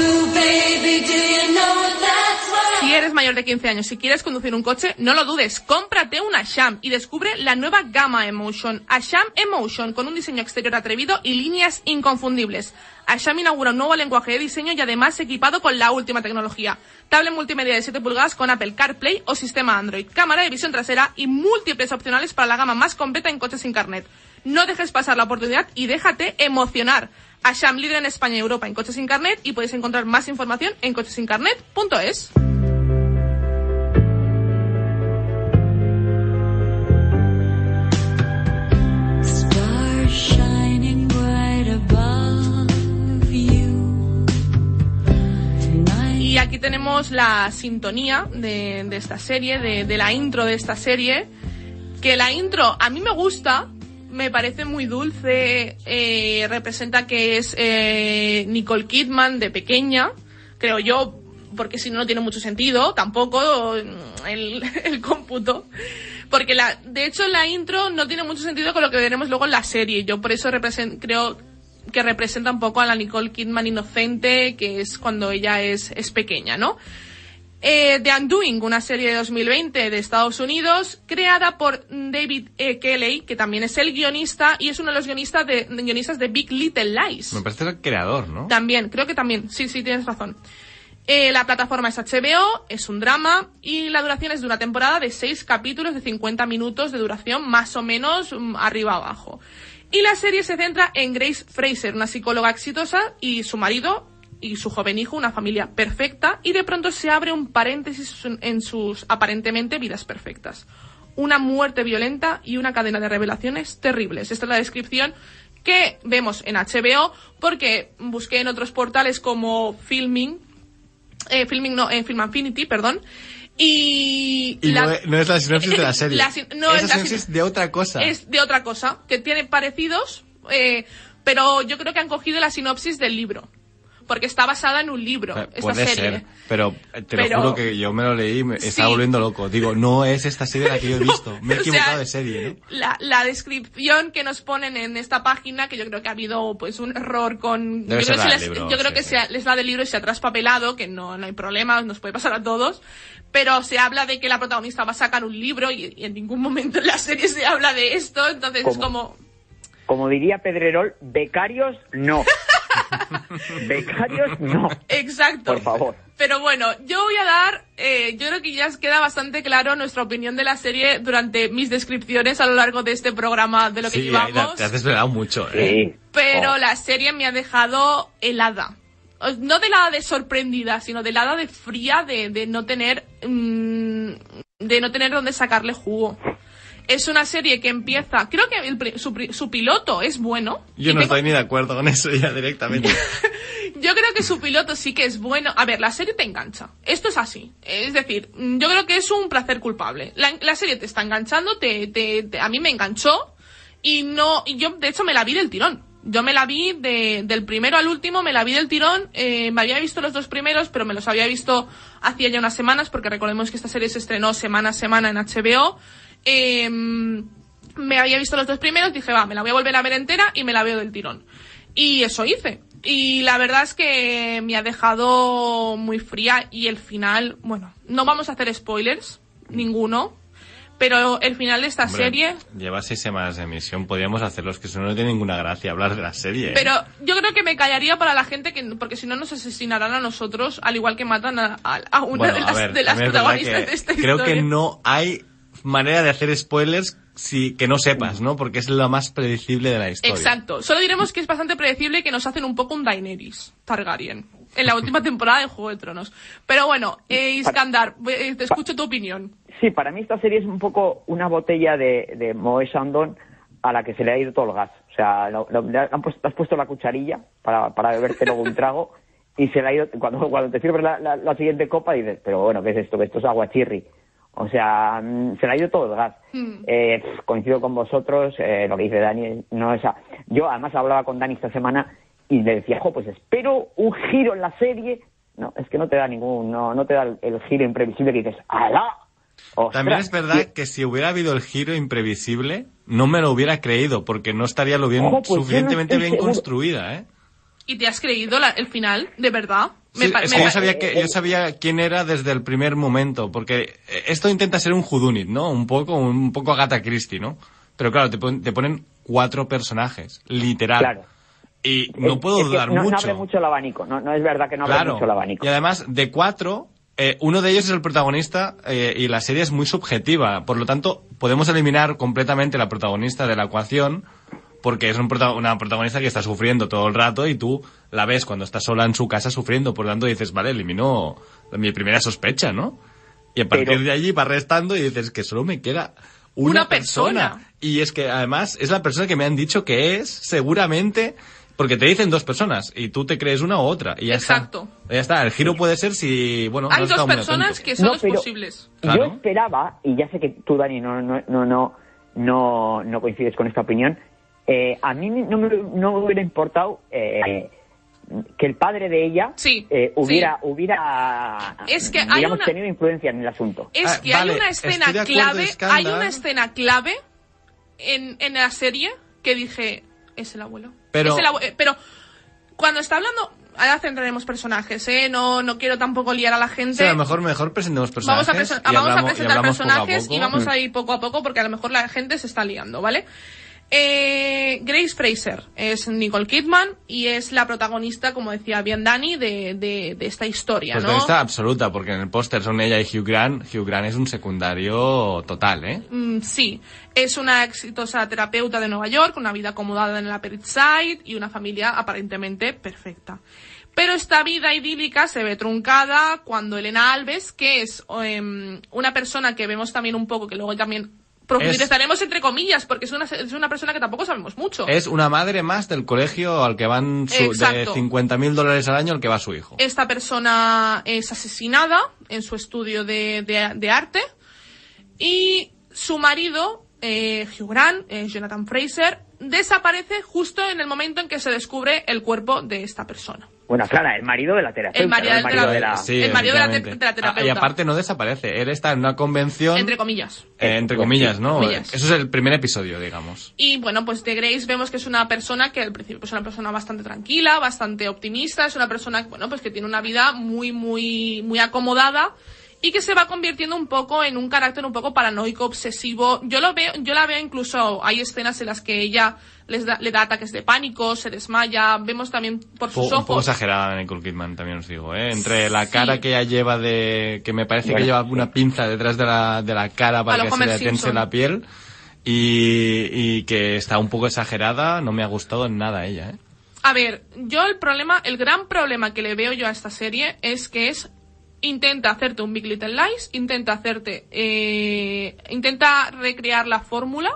Si eres mayor de quince años y quieres conducir un coche, no lo dudes, cómprate un Asham y descubre la nueva gama Emotion. Asham Emotion, con un diseño exterior atrevido y líneas inconfundibles. Asham inaugura un nuevo lenguaje de diseño y además equipado con la última tecnología. Tablet multimedia de siete pulgadas con Apple CarPlay o sistema Android, cámara de visión trasera y múltiples opcionales para la gama más completa en coches sin carnet. No dejes pasar la oportunidad y déjate emocionar. Asham, líder en España y Europa en coches sin carnet, y podéis encontrar más información en coches sin carnet punto es. Y aquí tenemos la sintonía de, de esta serie, de, de la intro de esta serie, que la intro a mí me gusta, me parece muy dulce, eh, representa que es eh, Nicole Kidman de pequeña, creo yo, porque si no, no tiene mucho sentido, tampoco el, el cómputo. Porque la, de hecho la intro no tiene mucho sentido con lo que veremos luego en la serie. Yo por eso represent, creo que representa un poco a la Nicole Kidman inocente, que es cuando ella es, es pequeña, ¿no? Eh, The Undoing, una serie de dos mil veinte de Estados Unidos, creada por David E. Kelley, que también es el guionista, y es uno de los guionistas de, de guionistas de Big Little Lies. Me parece el creador, ¿no? También, creo que también, sí, sí, tienes razón. Eh, la plataforma es H B O, es un drama, y la duración es de una temporada de seis capítulos de cincuenta minutos de duración, más o menos um, arriba abajo. Y la serie se centra en Grace Fraser, una psicóloga exitosa, y su marido y su joven hijo, una familia perfecta, y de pronto se abre un paréntesis en sus aparentemente vidas perfectas. Una muerte violenta y una cadena de revelaciones terribles. Esta es la descripción que vemos en H B O, porque busqué en otros portales como Filming, eh, Filming no, en Film Affinity, perdón, y, y la, no, es, no es la sinopsis de la serie. La, no es es la la sinopsis de otra cosa. Es de otra cosa, que tiene parecidos, eh, pero yo creo que han cogido la sinopsis del libro, porque está basada en un libro, Pu- esta puede serie. ser, pero te Pero- lo juro que yo me lo leí y me Sí. estaba volviendo loco. Digo, no es esta serie la que yo he visto. Me he O sea, equivocado de serie, ¿no? La, la descripción que nos ponen en esta página, que yo creo que ha habido pues un error con... Debe yo ser creo, que la se del les- libro, yo creo sí, que sí. se ha- les va del libro y se ha traspapelado, que no, no hay problema, nos puede pasar a todos, pero se habla de que la protagonista va a sacar un libro y, y en ningún momento en la serie se habla de esto, entonces es ¿Cómo? como... Como diría Pedrerol, becarios no. Becarios no. Exacto. Por favor. Pero bueno, yo voy a dar, eh, yo creo que ya queda bastante claro nuestra opinión de la serie durante mis descripciones a lo largo de este programa de lo que Sí, llevamos. te has desvelado mucho, ¿eh? Sí. Pero Oh. la serie me ha dejado helada. O- No de helada de sorprendida, sino de helada de fría, de, de no tener, mm, de no tener dónde sacarle jugo. Es una serie que empieza, creo que el pri- su, pri- su piloto es bueno. Yo Y no tengo- estoy ni de acuerdo con eso ya directamente. Yo creo que su piloto sí que es bueno. A ver, la serie te engancha. Esto es así. Es decir, yo creo que es un placer culpable. La, la serie te está enganchando, te, te, te- a mí me enganchó y no, y yo de hecho me la vi del tirón. Yo me la vi de, del primero al último, me la vi del tirón. Eh, me había visto los dos primeros, pero me los había visto hacía ya unas semanas, porque recordemos que esta serie se estrenó semana a semana en H B O. Eh, me había visto los dos primeros, dije, va, me la voy a volver a ver entera y me la veo del tirón. Y eso hice. Y la verdad es que me ha dejado muy fría y el final, bueno, no vamos a hacer spoilers, ninguno, Pero el final de esta Hombre, serie... Lleva seis semanas de emisión, podríamos hacerlos, que eso no tiene ninguna gracia hablar de la serie. ¿eh? Pero yo creo que me callaría para la gente, que porque si no nos asesinarán a nosotros, al igual que matan a, a, a una Bueno, de a las, ver, de las también es verdad protagonistas que de esta creo historia. que no hay manera de hacer spoilers si, que no sepas, ¿no? Porque es lo más predecible de la historia. Exacto. Solo diremos que es bastante predecible y que nos hacen un poco un Daenerys Targaryen en la última temporada de Juego de Tronos. Pero bueno, eh, Iskandar, eh, te escucho tu opinión. Sí, para mí esta serie es un poco una botella de, de Moët Chandon a la que se le ha ido todo el gas. O sea, lo, lo, le han puesto, has puesto la cucharilla para, para beberte luego un trago y se le ha ido... Cuando, cuando te sirves la, la, la siguiente copa dices, pero bueno, ¿qué es esto? Que esto es aguachirri. O sea, se le ha ido todo el gas. Mm. Eh, coincido con vosotros, eh, lo que dice Dani, no es... A... Yo además hablaba con Dani esta semana y le decía, jo, pues espero un giro en la serie. No, es que no te da ningún... No, no te da el, el giro imprevisible que dices, ¡alá! ¡Ostras! También es verdad que si hubiera habido el giro imprevisible, no me lo hubiera creído, porque no estaría lo bien, Ojo, pues suficientemente no bien seguro. construida, ¿eh? ¿Y te has creído la, el final, de verdad? Sí, me, es me, que yo sabía que yo sabía quién era desde el primer momento, porque esto intenta ser un whodunit, ¿no? Un poco, un poco Agatha Christie, ¿no? Pero claro, te, pon, te ponen cuatro personajes, literal. Claro. Y no es, puedo es dudar no, mucho. No abre mucho el abanico, no, no es verdad que no abre claro. mucho el abanico. Y además, de cuatro, eh, uno de ellos es el protagonista eh, y la serie es muy subjetiva. Por lo tanto, podemos eliminar completamente la protagonista de la ecuación, porque es un prota- una protagonista que está sufriendo todo el rato y tú la ves cuando está sola en su casa sufriendo. Por lo tanto, dices, vale, eliminó mi primera sospecha, ¿no? Y a partir Pero... de allí va restando y dices que solo me queda una, una persona. persona. Y es que además es la persona que me han dicho que es, seguramente... Porque te dicen dos personas y tú te crees una u otra y ya Exacto. está. Ya está, el giro puede ser si, bueno, hay no dos muy personas atento. que son no, los pero posibles. Claro. Yo esperaba, y ya sé que tú, Dani, no no no no no, no coincides con esta opinión, eh, a mí no me, no me hubiera importado eh, que el padre de ella sí, eh, hubiera sí. hubiera es que digamos hay una... tenido influencia en el asunto. Es Ah, que vale, hay una escena estoy de acuerdo, clave, Iskandar. hay una escena clave en, en la serie que dije, es el abuelo. Pero, es el abue- pero cuando está hablando, ahora centraremos personajes, ¿eh? No, no quiero tampoco liar a la gente. Sí, a lo mejor, mejor presentemos personajes. Vamos a, presen- y vamos a hablamos- y presentar hablamos poco a personajes poco. y vamos a ir poco a poco porque a lo mejor la gente se está liando, ¿vale? Eh, Grace Fraser es Nicole Kidman y es la protagonista, como decía bien Dani, de, de, de esta historia, ¿no? Protagonista absoluta, porque en el póster son ella y Hugh Grant. Hugh Grant es un secundario total, ¿eh? Mm, sí, es una exitosa terapeuta de Nueva York, una vida acomodada en la Upper East Side y una familia aparentemente perfecta. Pero esta vida idílica se ve truncada cuando Elena Alves, que es um, una persona que vemos también un poco, que luego también profundizaremos entre comillas, porque es una, es una persona que tampoco sabemos mucho. Es una madre más del colegio al que van su, de cincuenta mil dólares al año al que va su hijo. Esta persona es asesinada en su estudio de, de, de arte y su marido, eh, Hugh Grant, eh, Jonathan Fraser, desaparece justo en el momento en que se descubre el cuerpo de esta persona. Bueno, Clara, el marido de la terapeuta. El marido, ¿no? el marido de, de la, la... Sí, el marido de la, te, efectivamente. de la terapeuta. Ah, y aparte no desaparece, él está en una convención... Entre comillas. Eh, entre comillas, ¿no? Comillas. Eso es el primer episodio, digamos. Y bueno, pues de Grace vemos que es una persona que al principio es una persona bastante tranquila, bastante optimista, es una persona, bueno, pues que tiene una vida muy, muy, muy acomodada y que se va convirtiendo un poco en un carácter un poco paranoico, obsesivo. Yo lo veo, yo la veo incluso, hay escenas en las que ella les da, le da ataques de pánico, se desmaya, vemos también por sus un ojos. Un poco exagerada Nicole Kidman, también os digo, ¿eh? Entre la Sí. cara que ella lleva de... que me parece Bueno, que lleva sí. una pinza detrás de la, de la cara para A lo que se Homer le tense Simpson. la piel y, y que está un poco exagerada, no me ha gustado en nada ella, ¿eh? A ver, yo el problema, el gran problema que le veo yo a esta serie es que es intenta hacerte un Big Little Lies, intenta hacerte, eh, intenta recrear la fórmula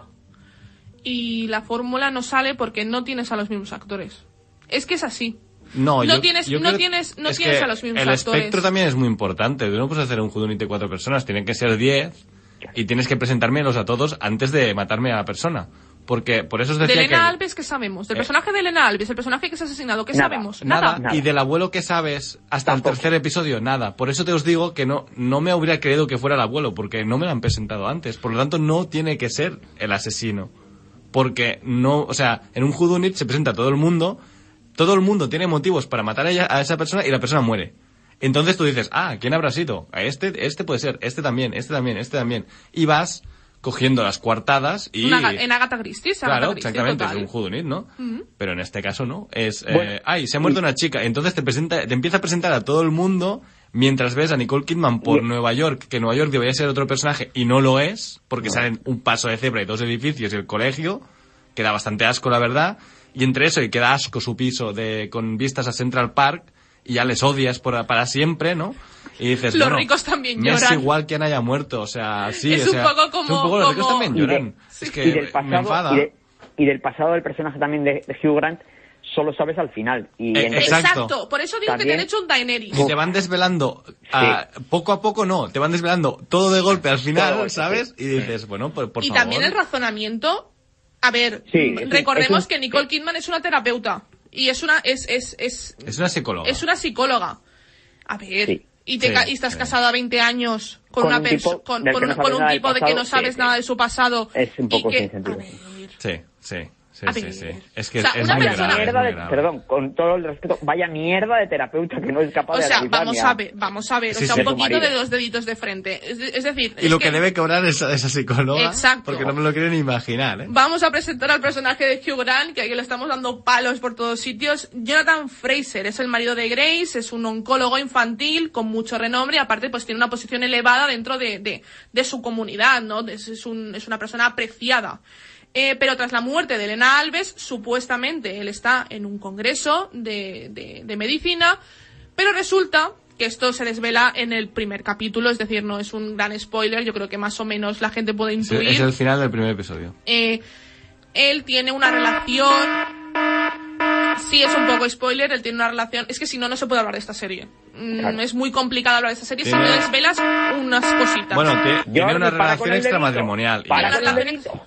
y la fórmula no sale porque no tienes a los mismos actores. Es que es así. No, no yo, tienes, yo no creo- tienes, no es tienes que a los mismos el actores. espectro también es muy importante. Tú no puedes hacer un whodunit de cuatro personas, tienen que ser diez y tienes que presentármelos a todos antes de matarme a la persona. Porque por eso os De decía Elena que... Alves, ¿qué sabemos? Del Eh, personaje de Elena Alves, el personaje que se ha asesinado, ¿qué Nada. sabemos? Nada. Nada. Y del abuelo que sabes hasta Tampoco. el tercer episodio, nada. Por eso te os digo que no, no me hubiera creído que fuera el abuelo, porque no me lo han presentado antes. Por lo tanto, no tiene que ser el asesino. Porque no, o sea, en un whodunit se presenta a todo el mundo, todo el mundo tiene motivos para matar a, ella, a esa persona y la persona muere. Entonces tú dices, ah, ¿quién habrá sido? A este, este puede ser, este también, este también, este también. Y vas cogiendo las coartadas y... Una, en Agatha Christie, Claro, Agatha Christie, exactamente, total. es un whodunit, ¿no? Uh-huh. Pero en este caso no. Es, Bueno, eh, ay, se ha muerto y... una chica. Entonces te presenta, te empieza a presentar a todo el mundo mientras ves a Nicole Kidman por y... Nueva York, que Nueva York debería ser otro personaje y no lo es, porque no. salen un paso de cebra y dos edificios y el colegio, que da bastante asco, la verdad. Y entre eso y que da asco su piso de con vistas a Central Park y ya les odias por, para siempre, ¿no? Y dices, los bueno, ricos también me lloran. es igual que haya muerto, o sea, sí, es o sea, un poco como, es un poco los ricos como... también Y lloran. de, es que y del pasado, me enfada. Y, de, y del pasado del personaje también de, de Hugh Grant solo sabes al final. Y Eh, entonces, exacto. Exacto, por eso digo También- que te han hecho un Daenerys. Y te van desvelando, a, poco a poco no, te van desvelando todo de golpe al final, Todo, ¿sabes? sí. Y dices, bueno, por, por y favor. también el razonamiento, a ver, Sí, es un- recordemos es un- que Nicole Kidman es una terapeuta y es una es es es Es una psicóloga. es una psicóloga. A ver, Sí. y te Sí, ca- y estás sí. casada a veinte años con, Con una un persona tipo con, del con que un, no con sabes un nada del tipo de que pasado, no sabes sí, nada sí. de su pasado. Es un poco y que, sin sentido. a ver, Sí, sí, sí, A sí, ver. sí. Es que O sea, es una muy persona- grave, es mierda muy de, grave. perdón, con todo el respeto, vaya mierda de terapeuta que no es capaz o de sea, analizar vamos ni a ver, vamos a ver, Sí, o sea, sí. un poquito marido. de dos deditos de frente. Es, de- es decir, Y es lo que, debe cobrar esa, esa psicóloga, Exacto. porque no me lo quiero ni imaginar, ¿eh? Vamos a presentar al personaje de Hugh Grant, que aquí le estamos dando palos por todos sitios. Jonathan Fraser es el marido de Grace, es un oncólogo infantil con mucho renombre y aparte pues tiene una posición elevada dentro de, de, de su comunidad, ¿no? Es, es, un, es una persona apreciada. Eh, pero tras la muerte de Elena Alves, supuestamente él está en un congreso de, de, de medicina, pero resulta que esto se desvela en el primer capítulo, es decir, no es un gran spoiler, yo creo que más o menos la gente puede Es, intuir. es el final del primer episodio. Eh, él tiene una relación... Sí, es un poco spoiler, él tiene una relación... Es que si no, no se puede hablar de esta serie. Mm, Claro. Es muy complicado hablar de esta serie si Tiene- no desvelas unas cositas. Bueno, te- tiene Jordi, una para con relación el dedito. extramatrimonial. y Para ya con el está. dedito.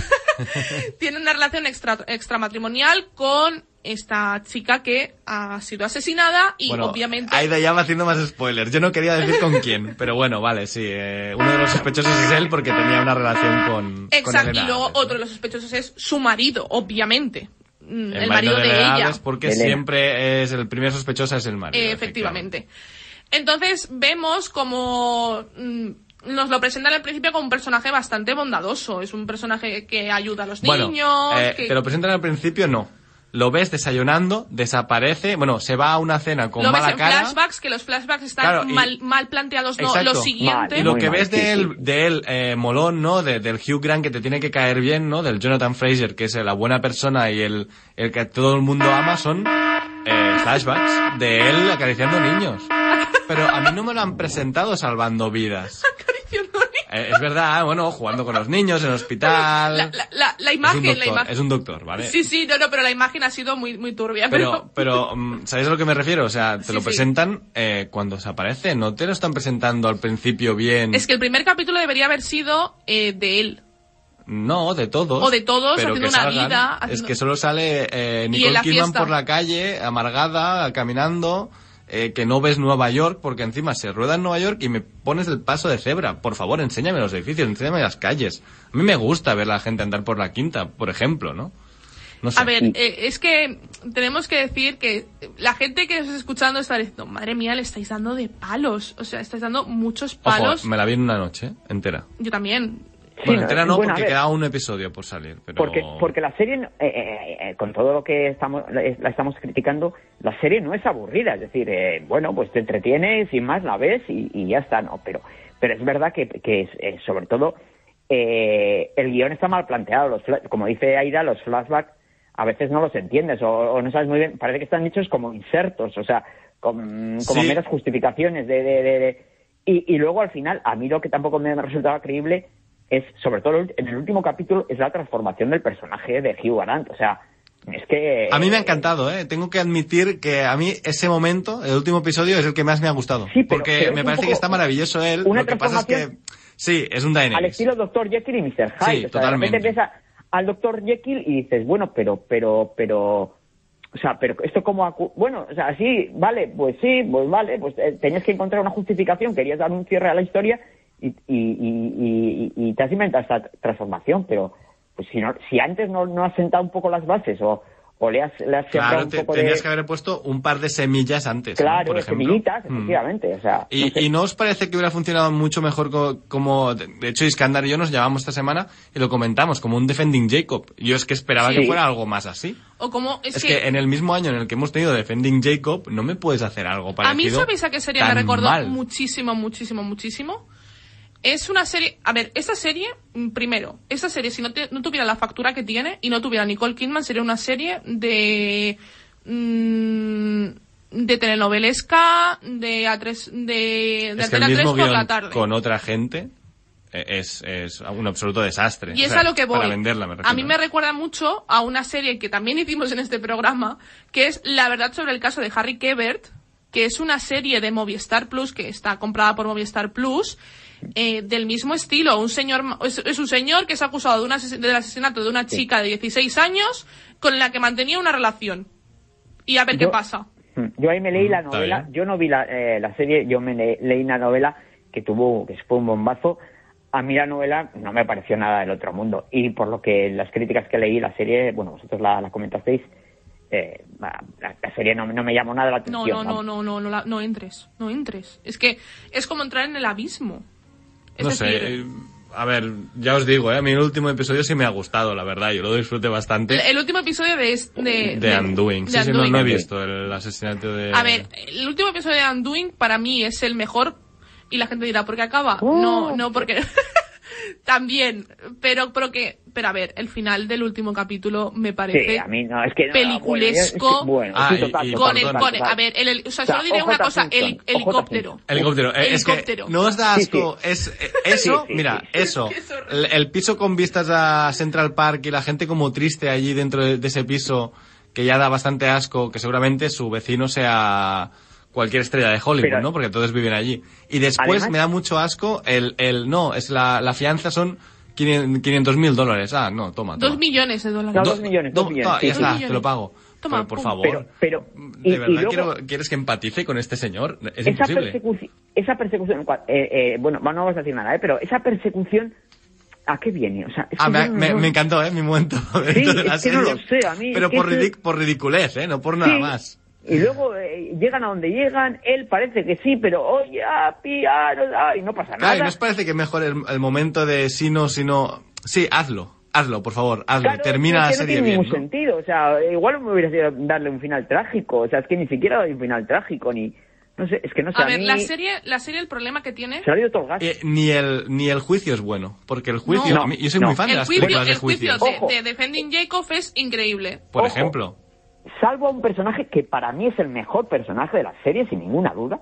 Tiene una relación extra, extramatrimonial con esta chica que ha sido asesinada y Bueno, obviamente... Aida ya va haciendo más spoilers. Yo no quería decir con quién, pero bueno, vale, sí. eh, uno de los sospechosos es él porque tenía una relación con, con Exacto, Elena y luego Alves, ¿no? otro de los sospechosos es su marido, obviamente. Mm, El, El, marido de, Elena ella. Alves, porque Elena. siempre es el primer sospechoso es el marido. Eh, efectivamente. Entonces vemos como mm, nos lo presentan al principio como un personaje bastante bondadoso. Es un personaje que ayuda a los Bueno, niños. eh, que... te lo presentan al principio, no. Lo ves desayunando, desaparece, bueno, se va a una cena con lo ves mala en cara. flashbacks, que los flashbacks están Claro, y- mal, mal planteados, no Exacto. lo siguiente. Y lo Muy que mal, ves sí, de él, sí. de él eh, molón, ¿no? De- del Hugh Grant que te tiene que caer bien, ¿no? Del Jonathan Fraser, que es la buena persona y el, el que todo el mundo ama, son eh, flashbacks de él acariciando niños. Pero a mí no me lo han presentado salvando vidas. Acariciando niños. Eh, es verdad, bueno, jugando con los niños en el hospital. La, la, la, la es, imagen, un doctor, la imagen. es un doctor, ¿vale? Sí, sí, no, no, pero la imagen ha sido muy, muy turbia. Pero, Pero, pero, mm, ¿sabéis a lo que me refiero? O sea, te Sí, lo sí. presentan eh, cuando se aparece, no te lo están presentando al principio bien. es que el primer capítulo debería haber sido eh, de él. No, de todos. O de todos, pero haciendo que una salgan. vida, Es haciendo- que solo sale eh, Y en Nicole la Kidman fiesta. por la calle, amargada, caminando, eh, que no ves Nueva York, porque encima se rueda en Nueva York y me pones el paso de cebra. Por favor, enséñame los edificios, enséñame las calles. A mí me gusta ver a la gente andar por la quinta, por ejemplo, ¿no? No sé. A ver, eh, es que tenemos que decir que la gente que os está escuchando está diciendo, madre mía, le estáis dando de palos. O sea, estáis dando muchos palos. Ojo, me la vi en una noche, ¿eh? entera. Yo también. Sí, Bueno, entera no, bueno, a porque ver. queda un episodio por salir, pero... Porque, porque la serie, eh, eh, eh, con todo lo que estamos la, la estamos criticando, la serie no es aburrida. Es decir, eh, bueno, pues te entretiene, sin más la ves y, y ya está, ¿no? Pero, pero es verdad que, que es, eh, sobre todo, eh, el guión está mal planteado. Los fla- como dice Aida, los flashbacks a veces no los entiendes o, o no sabes muy bien. Parece que están hechos como insertos, o sea, con- como Sí. meras justificaciones de... de, de, de- y, y luego, al final, a mí lo que tampoco me resultaba creíble es, sobre todo en el último capítulo, es la transformación del personaje de Hugh Grant. O sea, es que... A mí me ha encantado, ¿eh? Tengo que admitir que a mí ese momento, el último episodio, es el que más me ha gustado. Sí, pero- porque pero es me un parece poco que está maravilloso él. una Lo que pasa es que... transformación Sí, es un Daenerys. al estilo doctor Jekyll y mister Hyde. Sí, o sea, totalmente. De repente ves a- al doctor Jekyll y dices, bueno, pero, pero, pero... O sea, pero esto como... acu- Bueno, o sea, sí, vale, pues sí, pues vale, pues eh, tenías que encontrar una justificación, querías dar un cierre a la historia y, y, y, y, y te has inventado esta transformación, pero pues si no, si antes no, no has sentado un poco las bases o, o, o le has, le has sembrado Claro, un te, poco tenías de... que haber puesto un par de semillas antes, Claro, ¿no? Por de ejemplo. semillitas, Mm. efectivamente, o sea... Y, no sé. ¿Y no os parece que hubiera funcionado mucho mejor co- como... De hecho, Iskandar y yo nos llamamos esta semana y lo comentamos, como un Defending Jacob. Yo es que esperaba Sí. que fuera algo más así. O como, es, Es, que, que... en el mismo año en el que hemos tenido Defending Jacob, no me puedes hacer algo parecido. a mí, ¿sabéis a qué serie me tan recordó mal. muchísimo, muchísimo, muchísimo? Es una serie... A ver, esta serie, mm, primero, esta serie, si no, te- no tuviera la factura que tiene y no tuviera Nicole Kidman, sería una serie de... mm, de telenovelesca, de A tres, de, de Es que el Antena tres mismo por la guión tarde. con otra gente eh, es, es un absoluto desastre. Y O es sea, a lo que voy. Para venderla, me refiero. A mí me recuerda mucho a una serie que también hicimos en este programa, que es La verdad sobre el caso de Harry Quebert, que es una serie de Movistar Plus, que está comprada por Movistar Plus, eh, del mismo estilo. Un señor, es, es un señor que es acusado de un ases- del asesinato de una chica de dieciséis años con la que mantenía una relación. Y a ver Yo- qué pasa. Yo ahí me leí la Está novela, bien. yo no vi la, eh, la serie, yo me le- leí una novela que tuvo, que fue un bombazo. A mí la novela no me pareció nada del otro mundo. Y por lo que las críticas que leí, la serie, bueno, vosotros la, la comentasteis, eh, la, la serie no, no me llamó nada la No, atención. no, no, vamos. no, no, no, la- no entres, no entres. Es que es como entrar en el abismo. Es No decir, sé, eh, a ver, ya os digo, ¿eh? A mí el último episodio sí me ha gustado, la verdad, yo lo disfruté bastante. el, el último episodio de... es- De, de Undoing. de Sí, sí, no, Undoing. no he visto el asesinato de... A ver, el último episodio de Undoing para mí es el mejor y la gente dirá, ¿por qué acaba? Oh. No, no, porque... También, pero, pero que... Pero a ver, el final del último capítulo me parece Sí, a mí no, es que no, peliculesco. Bueno, Ah, sí, y- total, y- total, con el, total, con el- total. a ver, el, el- o sea, O sea, solo diré O una J. cosa, Simpson, el O J. helicóptero. Simpson. Helicóptero. Eh, Es que Helicóptero. no os da Sí, asco. Es, eh, eso, Sí, sí, mira, sí. eso. Es horrible. El, el piso con vistas a Central Park y la gente como triste allí dentro de, de ese piso que ya da bastante asco, que seguramente su vecino sea cualquier estrella de Hollywood, Pero- ¿no? Porque todos viven allí. Y después Además- me da mucho asco el, el, no, es la, la fianza son quinientos mil dólares. Ah, no, toma, toma. Dos millones de dólares. No, Do- dos millones, do- dos millones, toma, sí, ya sí. está, Dos te lo millones. pago. Toma, Pero, por pum. favor. Pero, pero, y- ¿De y verdad luego- quiero- quieres que empatice con este señor? Es esa imposible. persecución, esa persecución, eh, eh, bueno, no vamos a decir nada, ¿eh? Pero esa persecución, ¿a qué viene? O sea, es Ah, que me, yo no- me, no- me encantó, ¿eh? Mi momento favorito Sí, de la es que no serie. lo sé, a mí, Pero es que por, es que- ridic- por ridiculez, ¿eh? No por nada Sí, más. Y luego eh, llegan a donde llegan, él parece que sí, pero oye, ah, pía, no, ah, y no pasa Claro, ¿y nada. ¿no os parece que mejor el, el momento de sí, no, si no... Sí, hazlo, hazlo, por favor, hazlo. Claro, Termina es la que serie no tiene bien, ningún ¿no? sentido, o sea, igual me hubiera sido darle un final trágico, o sea, es que ni siquiera doy un final trágico, ni... No sé, es que no sé, A a, ver, mí la serie, la serie, el problema que tiene... se le ha ido todo el gas. Eh, ni, el, ni el juicio es bueno, porque el juicio... No. a mí- yo soy No. muy fan de El las juicio, películas de el juicio juicios. Ojo. de, de Defending Jacob es increíble. Por Ojo. ejemplo. Salvo a un personaje que para mí es el mejor personaje de la serie, sin ninguna duda,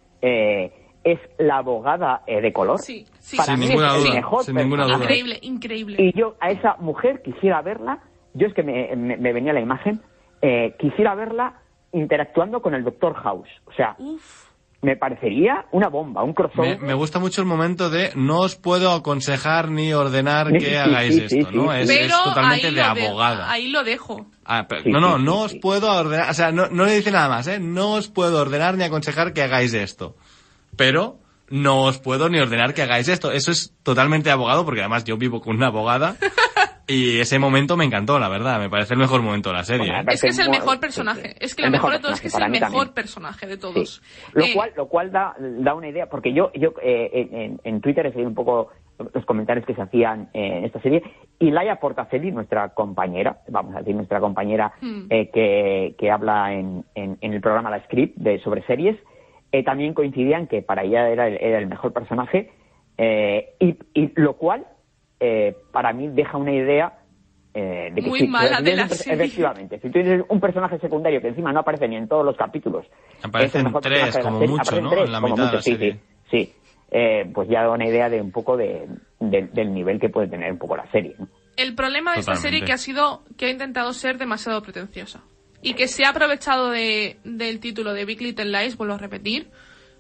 eh, es la abogada eh, de color. Sí, sí. Para Sin mí ninguna es el duda, mejor sin ninguna personaje. duda. Increíble, increíble. Y yo a esa mujer quisiera verla, yo es que me, me- me venía la imagen, eh, quisiera verla interactuando con el Doctor House. O sea, Uf. me parecería una bomba, un Me, crossover. me gusta mucho el momento de no os puedo aconsejar ni ordenar Sí, que sí, hagáis sí, sí, esto, ¿no? sí, Es, sí. Pero es totalmente ahí de lo de- abogada. ahí lo dejo. Ah, pero- Sí, no, no, sí, no sí, os sí. puedo ordenar, o sea, no, no le dice nada más, ¿eh? No os puedo ordenar ni aconsejar que hagáis esto. Pero no os puedo ni ordenar que hagáis esto. Eso es totalmente abogado, porque además yo vivo con una abogada y ese momento me encantó, la verdad. Me parece el mejor momento de la serie. Bueno, ¿eh? me Es que es el muy- mejor personaje. sí, sí. Es que El lo mejor mejor de todo es que es personaje, el para mí mejor también. personaje de Sí. todos. Lo Eh, cual, lo cual da, da una idea, porque yo, yo eh, en, en Twitter he seguido un poco los comentarios que se hacían eh, en esta serie, y Laia Portacelli, nuestra compañera, vamos a decir nuestra compañera Hmm. eh, que, que habla en, en, en el programa La Script de sobre series, eh, también coincidían que para ella era el, era el mejor personaje, eh, y, y lo cual eh, para mí deja una idea eh, de que Muy si- mala si de tienes la un per- serie. Efectivamente, si tú tienes un personaje secundario que encima no aparece ni en todos los capítulos, Aparecen es el mejor tres, personaje de la como serie, mucho, aparecen ¿no? tres, En la como mitad de mucho, la sí, serie. sí, sí. Eh, pues ya da una idea de un poco de, de- del nivel que puede tener un poco la serie, ¿no? El problema de esta Totalmente. serie que ha sido que ha intentado ser demasiado pretenciosa y que se ha aprovechado de, del título de Big Little Lies, vuelvo a repetir,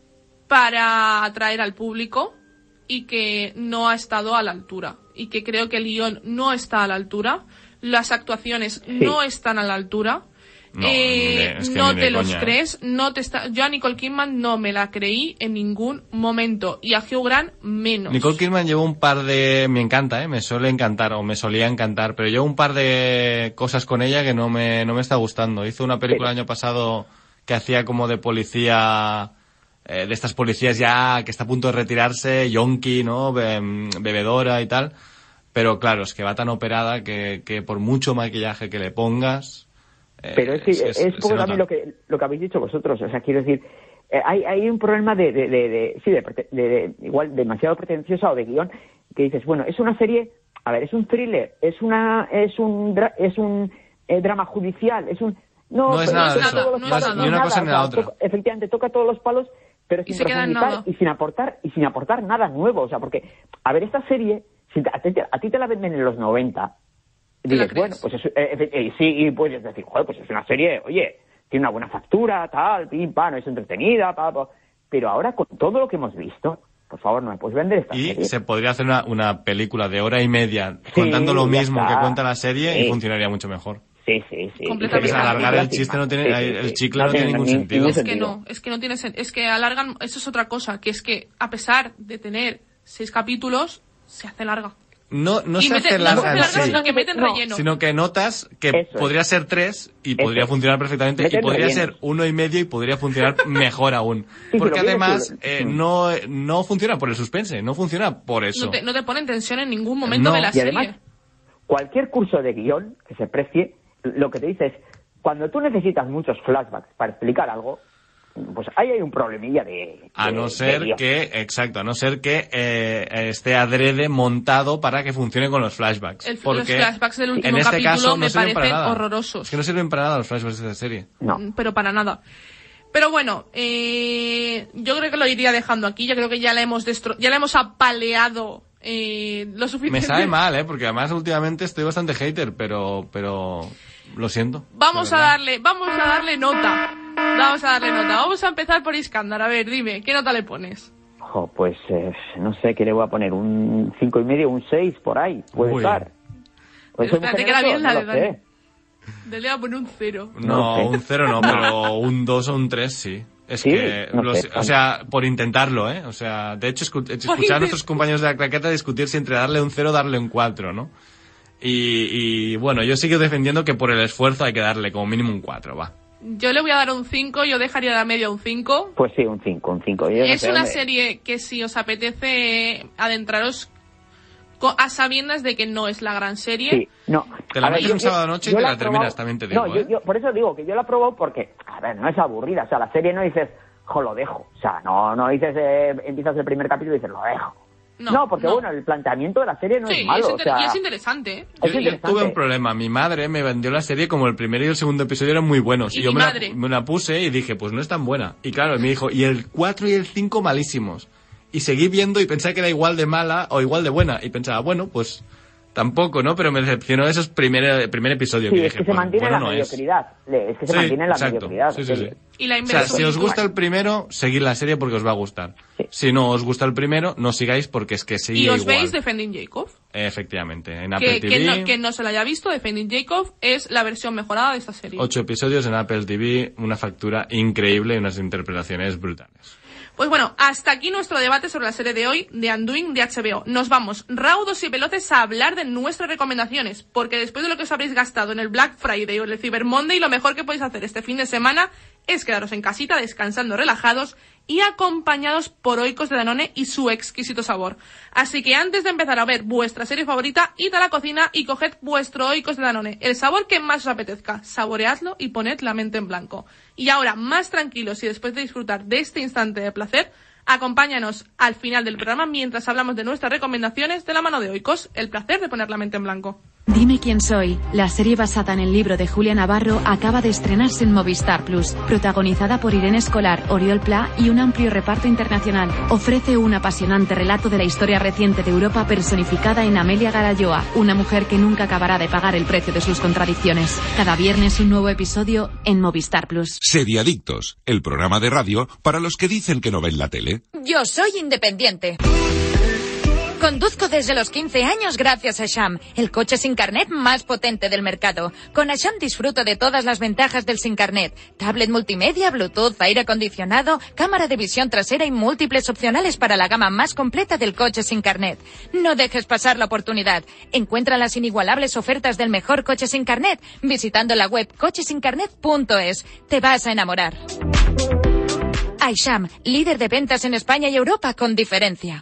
para atraer al público y que no ha estado a la altura y que creo que el guión no está a la altura, las actuaciones no están a la altura. No, eh, es que no ni te de los coña. crees, no te está... Yo a Nicole Kidman no me la creí en ningún momento, y a Hugh Grant menos. Nicole Kidman llevó un par de... Me encanta, ¿eh? Me suele encantar, o me solía encantar, pero llevo un par de cosas con ella que no me, no me está gustando. Hizo una película el año pasado que hacía como de policía... Eh, de estas policías ya que está a punto de retirarse, yonki, ¿no? Be- bebedora y tal. Pero claro, es que va tan operada que, que por mucho maquillaje que le pongas... Eh, Pero es que es, es poco nota. también lo que lo que habéis dicho vosotros. O sea, quiero decir, eh, hay hay un problema de, de, de, de sí, de, de, de igual demasiado pretenciosa o de guión, que dices, bueno, es una serie, a ver, es un thriller, es una es un dra- es un eh, drama judicial, es un No es pero nada de toca eso, todos los no es palos, nada. ni una nada, cosa ni o sea, la otra. toca- efectivamente toca todos los palos, pero Y sin se queda en profundizar nada. y sin aportar y sin aportar nada nuevo. O sea, porque a ver, esta serie, si a ti, te- a ti te la venden en los noventa, ¿Te la dices, bueno, crees? pues es, eh, eh, eh, sí, y puedes decir, joder, pues es una serie, oye, tiene una buena factura, tal, pim, pam, es entretenida, pa, pa. Pero ahora con todo lo que hemos visto, por favor, no me puedes vender esta Y serie. se podría hacer una, una película de hora y media Sí, contando lo ya mismo está. que cuenta la serie Sí. y funcionaría mucho mejor. Sí, sí, sí. Completamente. Y sería Es alargar una el película chiste sin no tiene- más. Sí, sí, el sí. chicle no tiene ningún ni- sentido. ningún Es que sentido. no, es que no tiene sen- es que alargan, eso es otra cosa, que es que a pesar de tener seis capítulos, se hace larga. No, no y se mete- hace no larga se hace en larga, sí, sino que meten No. relleno. sino que notas que Eso es. podría ser tres y Eso podría es. funcionar perfectamente, y Meten podría rellenos. ser uno y medio y podría funcionar mejor aún. Sí, Porque pero viene además chulo. eh, Mm. no, no funciona por el suspense, no funciona por eso. No te, no te ponen tensión en ningún momento No. de la Y serie. además, cualquier curso de guión que se precie, lo que te dice es, cuando tú necesitas muchos flashbacks para explicar algo, pues ahí hay un problemilla de... A de- no de ser guión. que, exacto, a no ser que eh, esté adrede montado para que funcione con los flashbacks. El- los Porque flashbacks del último en este capítulo caso no me sirven para parecen nada. horrorosos. Es que no sirven para nada los flashbacks de esta serie. No. Pero para nada. Pero bueno, eh, yo creo que lo iría dejando aquí. Yo creo que ya la hemos destro ya la hemos apaleado eh, lo suficiente. Me sabe mal, ¿eh? Porque además últimamente estoy bastante hater, pero, pero lo siento. Vamos de a verdad. darle, vamos a darle nota. Vamos a darle nota. Vamos a empezar por Iskandar. A ver, dime, ¿qué nota le pones? Jo, pues eh, no sé qué le voy a poner, un cinco y medio, un seis por ahí, puede Uy. estar. Pues soy muy Espérate que era generoso, bien la no de lo Dani. sé. Le voy a poner un cero. No, No sé. un cero no, pero un dos o un tres sí. Es ¿Sí? que, No los- sé. o sea, por intentarlo, ¿eh? O sea, de hecho, escu- escuchar a intent- nuestros compañeros de la claqueta discutir si entre darle un cero o darle un cuatro, ¿no? Y, y bueno, yo sigo defendiendo que por el esfuerzo hay que darle como mínimo un cuatro, va. Yo le voy a dar un cinco, yo dejaría la media un cinco. Pues sí, un cinco, un cinco. Yo no Es sé, una hombre. serie que si os apetece adentraros co- a sabiendas de que no es la gran serie. Sí, no. Te la A ver, metes yo- un yo- sábado noche y yo te la la he terminas, probado- también te digo, No, yo, ¿eh? yo- por eso digo que yo la he probado porque, a ver, no es aburrida. O sea, la serie no dices, jo, lo dejo. O sea, no, no dices, eh, empiezas el primer capítulo y dices, lo dejo. No, No, porque no. bueno, el planteamiento de la serie no Sí, es malo. es o inter- sea, y es interesante. ¿eh? es Yo, yo interesante. tuve un problema. Mi madre me vendió la serie como el primero y el segundo episodio eran muy buenos. Y Y, yo mi me madre. la, me la puse y dije, pues no es tan buena. Y claro, me dijo, y el cuatro y el cinco malísimos. Y seguí viendo y pensaba que era igual de mala o igual de buena. Y pensaba, bueno, pues tampoco, ¿no? Pero me decepcionó esos primer, primer episodio Sí, que es dije, que se pues mantiene bueno la no es. mediocridad. Le- Es que se Sí, mantiene la exacto. mediocridad. Sí, sí, sí. Y la O sea, inversa. si os gusta el primero, seguid la serie porque os va a gustar. Sí. Si no os gusta el primero, no sigáis porque es que sigue Y os igual. veis Defending Jacob. Efectivamente, en Apple Que, T V, que, no, que no se la haya visto, Defending Jacob es la versión mejorada de esta serie. ocho episodios en Apple T V, una factura increíble y unas interpretaciones brutales. Pues bueno, hasta aquí nuestro debate sobre la serie de hoy de Undoing de H B O. Nos vamos raudos y veloces a hablar de nuestras recomendaciones, porque después de lo que os habréis gastado en el Black Friday o en el Cyber Monday, lo mejor que podéis hacer este fin de semana es quedaros en casita descansando relajados y acompañados por Oikos de Danone y su exquisito sabor. Así que antes de empezar a ver vuestra serie favorita, id a la cocina y coged vuestro Oikos de Danone, el sabor que más os apetezca, saboreadlo y poned la mente en blanco. Y ahora, más tranquilos y después de disfrutar de este instante de placer, acompáñanos al final del programa mientras hablamos de nuestras recomendaciones de la mano de Oikos, el placer de poner la mente en blanco. Dime quién soy. La serie basada en el libro de Julia Navarro acaba de estrenarse en Movistar Plus, protagonizada por Irene Escolar, Oriol Pla y un amplio reparto internacional. Ofrece un apasionante relato de la historia reciente de Europa personificada en Amelia Garayoa, una mujer que nunca acabará de pagar el precio de sus contradicciones. Cada viernes un nuevo episodio en Movistar Plus. Seriadictos, el programa de radio para los que dicen que no ven la tele. Yo soy independiente. Conduzco desde los quince años gracias a Sham, el coche sin carnet más potente del mercado. Con Sham disfruto de todas las ventajas del sin carnet. Tablet multimedia, Bluetooth, aire acondicionado, cámara de visión trasera y múltiples opcionales para la gama más completa del coche sin carnet. No dejes pasar la oportunidad. Encuentra las inigualables ofertas del mejor coche sin carnet visitando la web coche sin carnet punto es. Te vas a enamorar. iSham, líder de ventas en España y Europa con diferencia.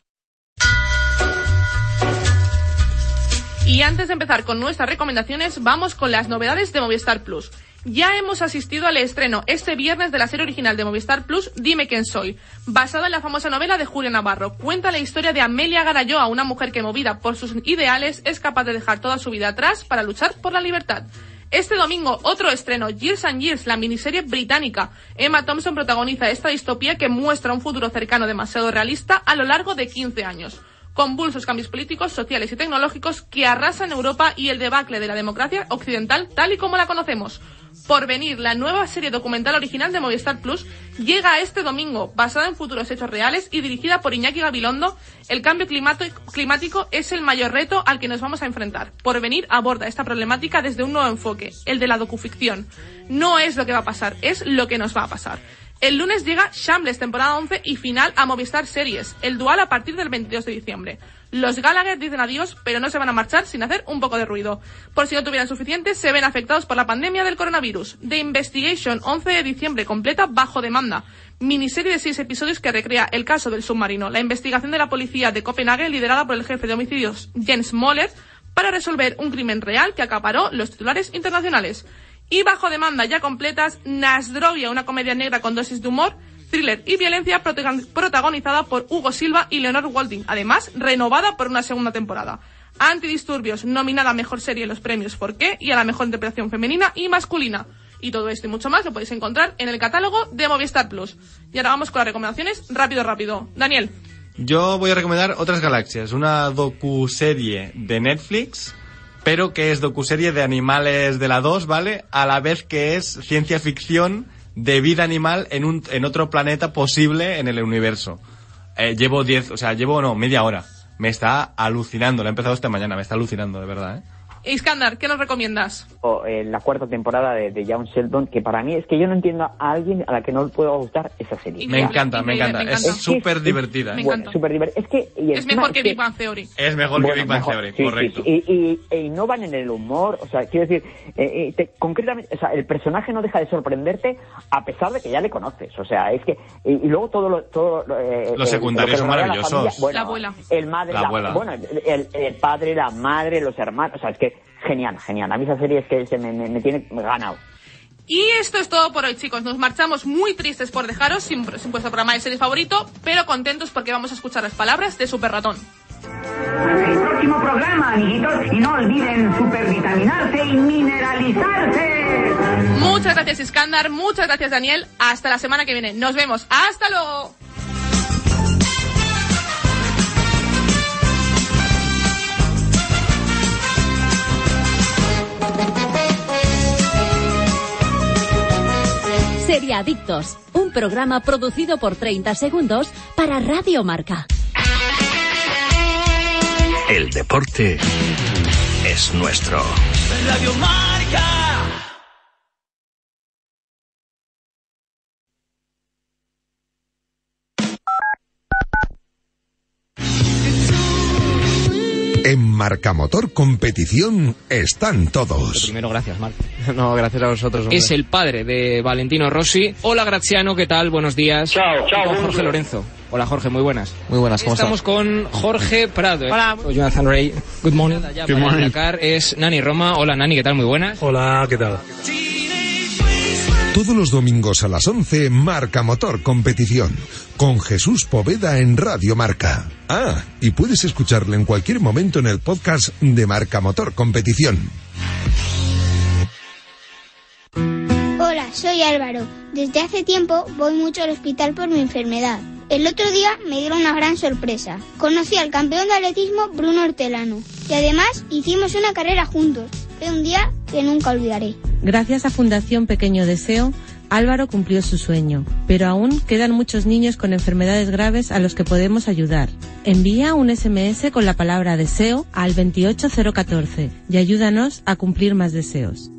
Y antes de empezar con nuestras recomendaciones, vamos con las novedades de Movistar Plus. Ya hemos asistido al estreno este viernes de la serie original de Movistar Plus, Dime quién soy, basada en la famosa novela de Julia Navarro. Cuenta la historia de Amelia Garayoa, una mujer que, movida por sus ideales, es capaz de dejar toda su vida atrás para luchar por la libertad. Este domingo, otro estreno, Years and Years, la miniserie británica. Emma Thompson protagoniza esta distopía que muestra un futuro cercano demasiado realista a lo largo de quince años. Convulsos cambios políticos, sociales y tecnológicos que arrasan Europa y el debacle de la democracia occidental tal y como la conocemos. Porvenir, la nueva serie documental original de Movistar Plus, llega este domingo, basada en futuros hechos reales y dirigida por Iñaki Gabilondo. El cambio climático es el mayor reto al que nos vamos a enfrentar. Porvenir aborda esta problemática desde un nuevo enfoque, el de la docuficción. No es lo que va a pasar, es lo que nos va a pasar. El lunes llega Shameless, temporada once y final a Movistar Series, el dual a partir del veintidós de diciembre. Los Gallagher dicen adiós, pero no se van a marchar sin hacer un poco de ruido. Por si no tuvieran suficiente, se ven afectados por la pandemia del coronavirus. The Investigation, once de diciembre, completa bajo demanda. Miniserie de seis episodios que recrea el caso del submarino, la investigación de la policía de Copenhague liderada por el jefe de homicidios Jens Moller para resolver un crimen real que acaparó los titulares internacionales. Y bajo demanda ya completas, Nasdrovia, una comedia negra con dosis de humor, thriller y violencia protagonizada por Hugo Silva y Leonor Walding, además renovada por una segunda temporada. Antidisturbios, nominada a Mejor Serie en los premios ¿Por qué? Y a la Mejor Interpretación Femenina y Masculina. Y todo esto y mucho más lo podéis encontrar en el catálogo de Movistar Plus. Y ahora vamos con las recomendaciones rápido, rápido. Daniel. Yo voy a recomendar Otras Galaxias, una docuserie de Netflix, pero que es docuserie de animales de la dos, ¿vale? A la vez que es ciencia ficción de vida animal en un en otro planeta posible en el universo. Eh, llevo diez, o sea, llevo no, media hora. Me está alucinando, la he empezado esta mañana, me está alucinando, de verdad, ¿eh? Iskandar, ¿qué nos recomiendas? O, eh, la cuarta temporada de, de Young Sheldon, que para mí es que yo no entiendo a alguien a la que no le pueda gustar esa serie. Increíble, me encanta, me encanta, me encanta. Es súper divertida. Me bueno, súper divertida. Es que y es mejor que, que Big Bang Theory. Es mejor bueno, que Big Bang mejor, Theory, sí, correcto. Sí, sí. Y, y, e innovan en el humor, o sea, quiero decir, eh, eh, te, concretamente, o sea, el personaje no deja de sorprenderte a pesar de que ya le conoces, o sea, es que y, y luego todo lo todo eh, los secundarios son maravillosos. La, familia, bueno, la abuela, el madre, la, la abuela. bueno, el, el padre, la madre, los hermanos, o sea, es que genial, genial. A mí esa serie es que se me, me, me tiene ganado. Y esto es todo por hoy, chicos. Nos marchamos muy tristes por dejaros sin, sin vuestro programa de serie favorito, pero contentos porque vamos a escuchar las palabras de Super Ratón. Hasta el próximo programa, amiguitos, y no olviden supervitaminarse y mineralizarse. Muchas gracias, Iskandar. Muchas gracias, Daniel. Hasta la semana que viene. Nos vemos. ¡Hasta luego! Seriadictos, un programa producido por treinta segundos para Radio Marca. El deporte es nuestro. Radio Marca. En Marcamotor Competición están todos. Lo primero, gracias, Marc. No, gracias a vosotros. Hombre. Es el padre de Valentino Rossi. Hola, Graziano, ¿qué tal? Buenos días. Chao, chao. Con Jorge Lorenzo. Hola, Jorge, muy buenas. Muy buenas, ¿cómo estás? Estamos con Jorge Prado. Hola. Jonathan Ray. Good morning. Ya Good para morning. destacar es Nani Roma. Hola, Nani, ¿qué tal? Muy buenas. Hola, ¿qué tal? Todos los domingos a las once, Marcamotor Competición, con Jesús Poveda en Radio Marca. Ah, y puedes escucharle en cualquier momento en el podcast de Marcamotor Competición. Hola, soy Álvaro. Desde hace tiempo voy mucho al hospital por mi enfermedad. El otro día me dieron una gran sorpresa. Conocí al campeón de atletismo Bruno Hortelano y además hicimos una carrera juntos. Fue un día que nunca olvidaré. Gracias a Fundación Pequeño Deseo, Álvaro cumplió su sueño, pero aún quedan muchos niños con enfermedades graves a los que podemos ayudar. Envía un ese eme ese con la palabra deseo al veintiocho cero catorce y ayúdanos a cumplir más deseos.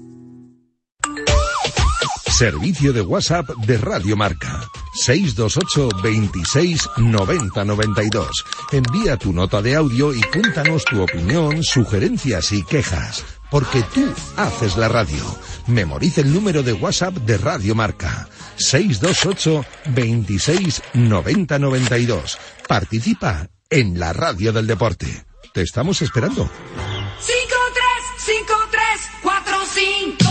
Servicio de WhatsApp de Radio Marca. seis dos ocho, veintiséis, noventa, noventa y dos. Envía tu nota de audio y cuéntanos tu opinión, sugerencias y quejas. Porque tú haces la radio. Memoriza el número de WhatsApp de Radio Marca. seis dos ocho, veintiséis, noventa, noventa y dos. Participa en la radio del deporte. Te estamos esperando. cinco tres cinco tres cuatro cinco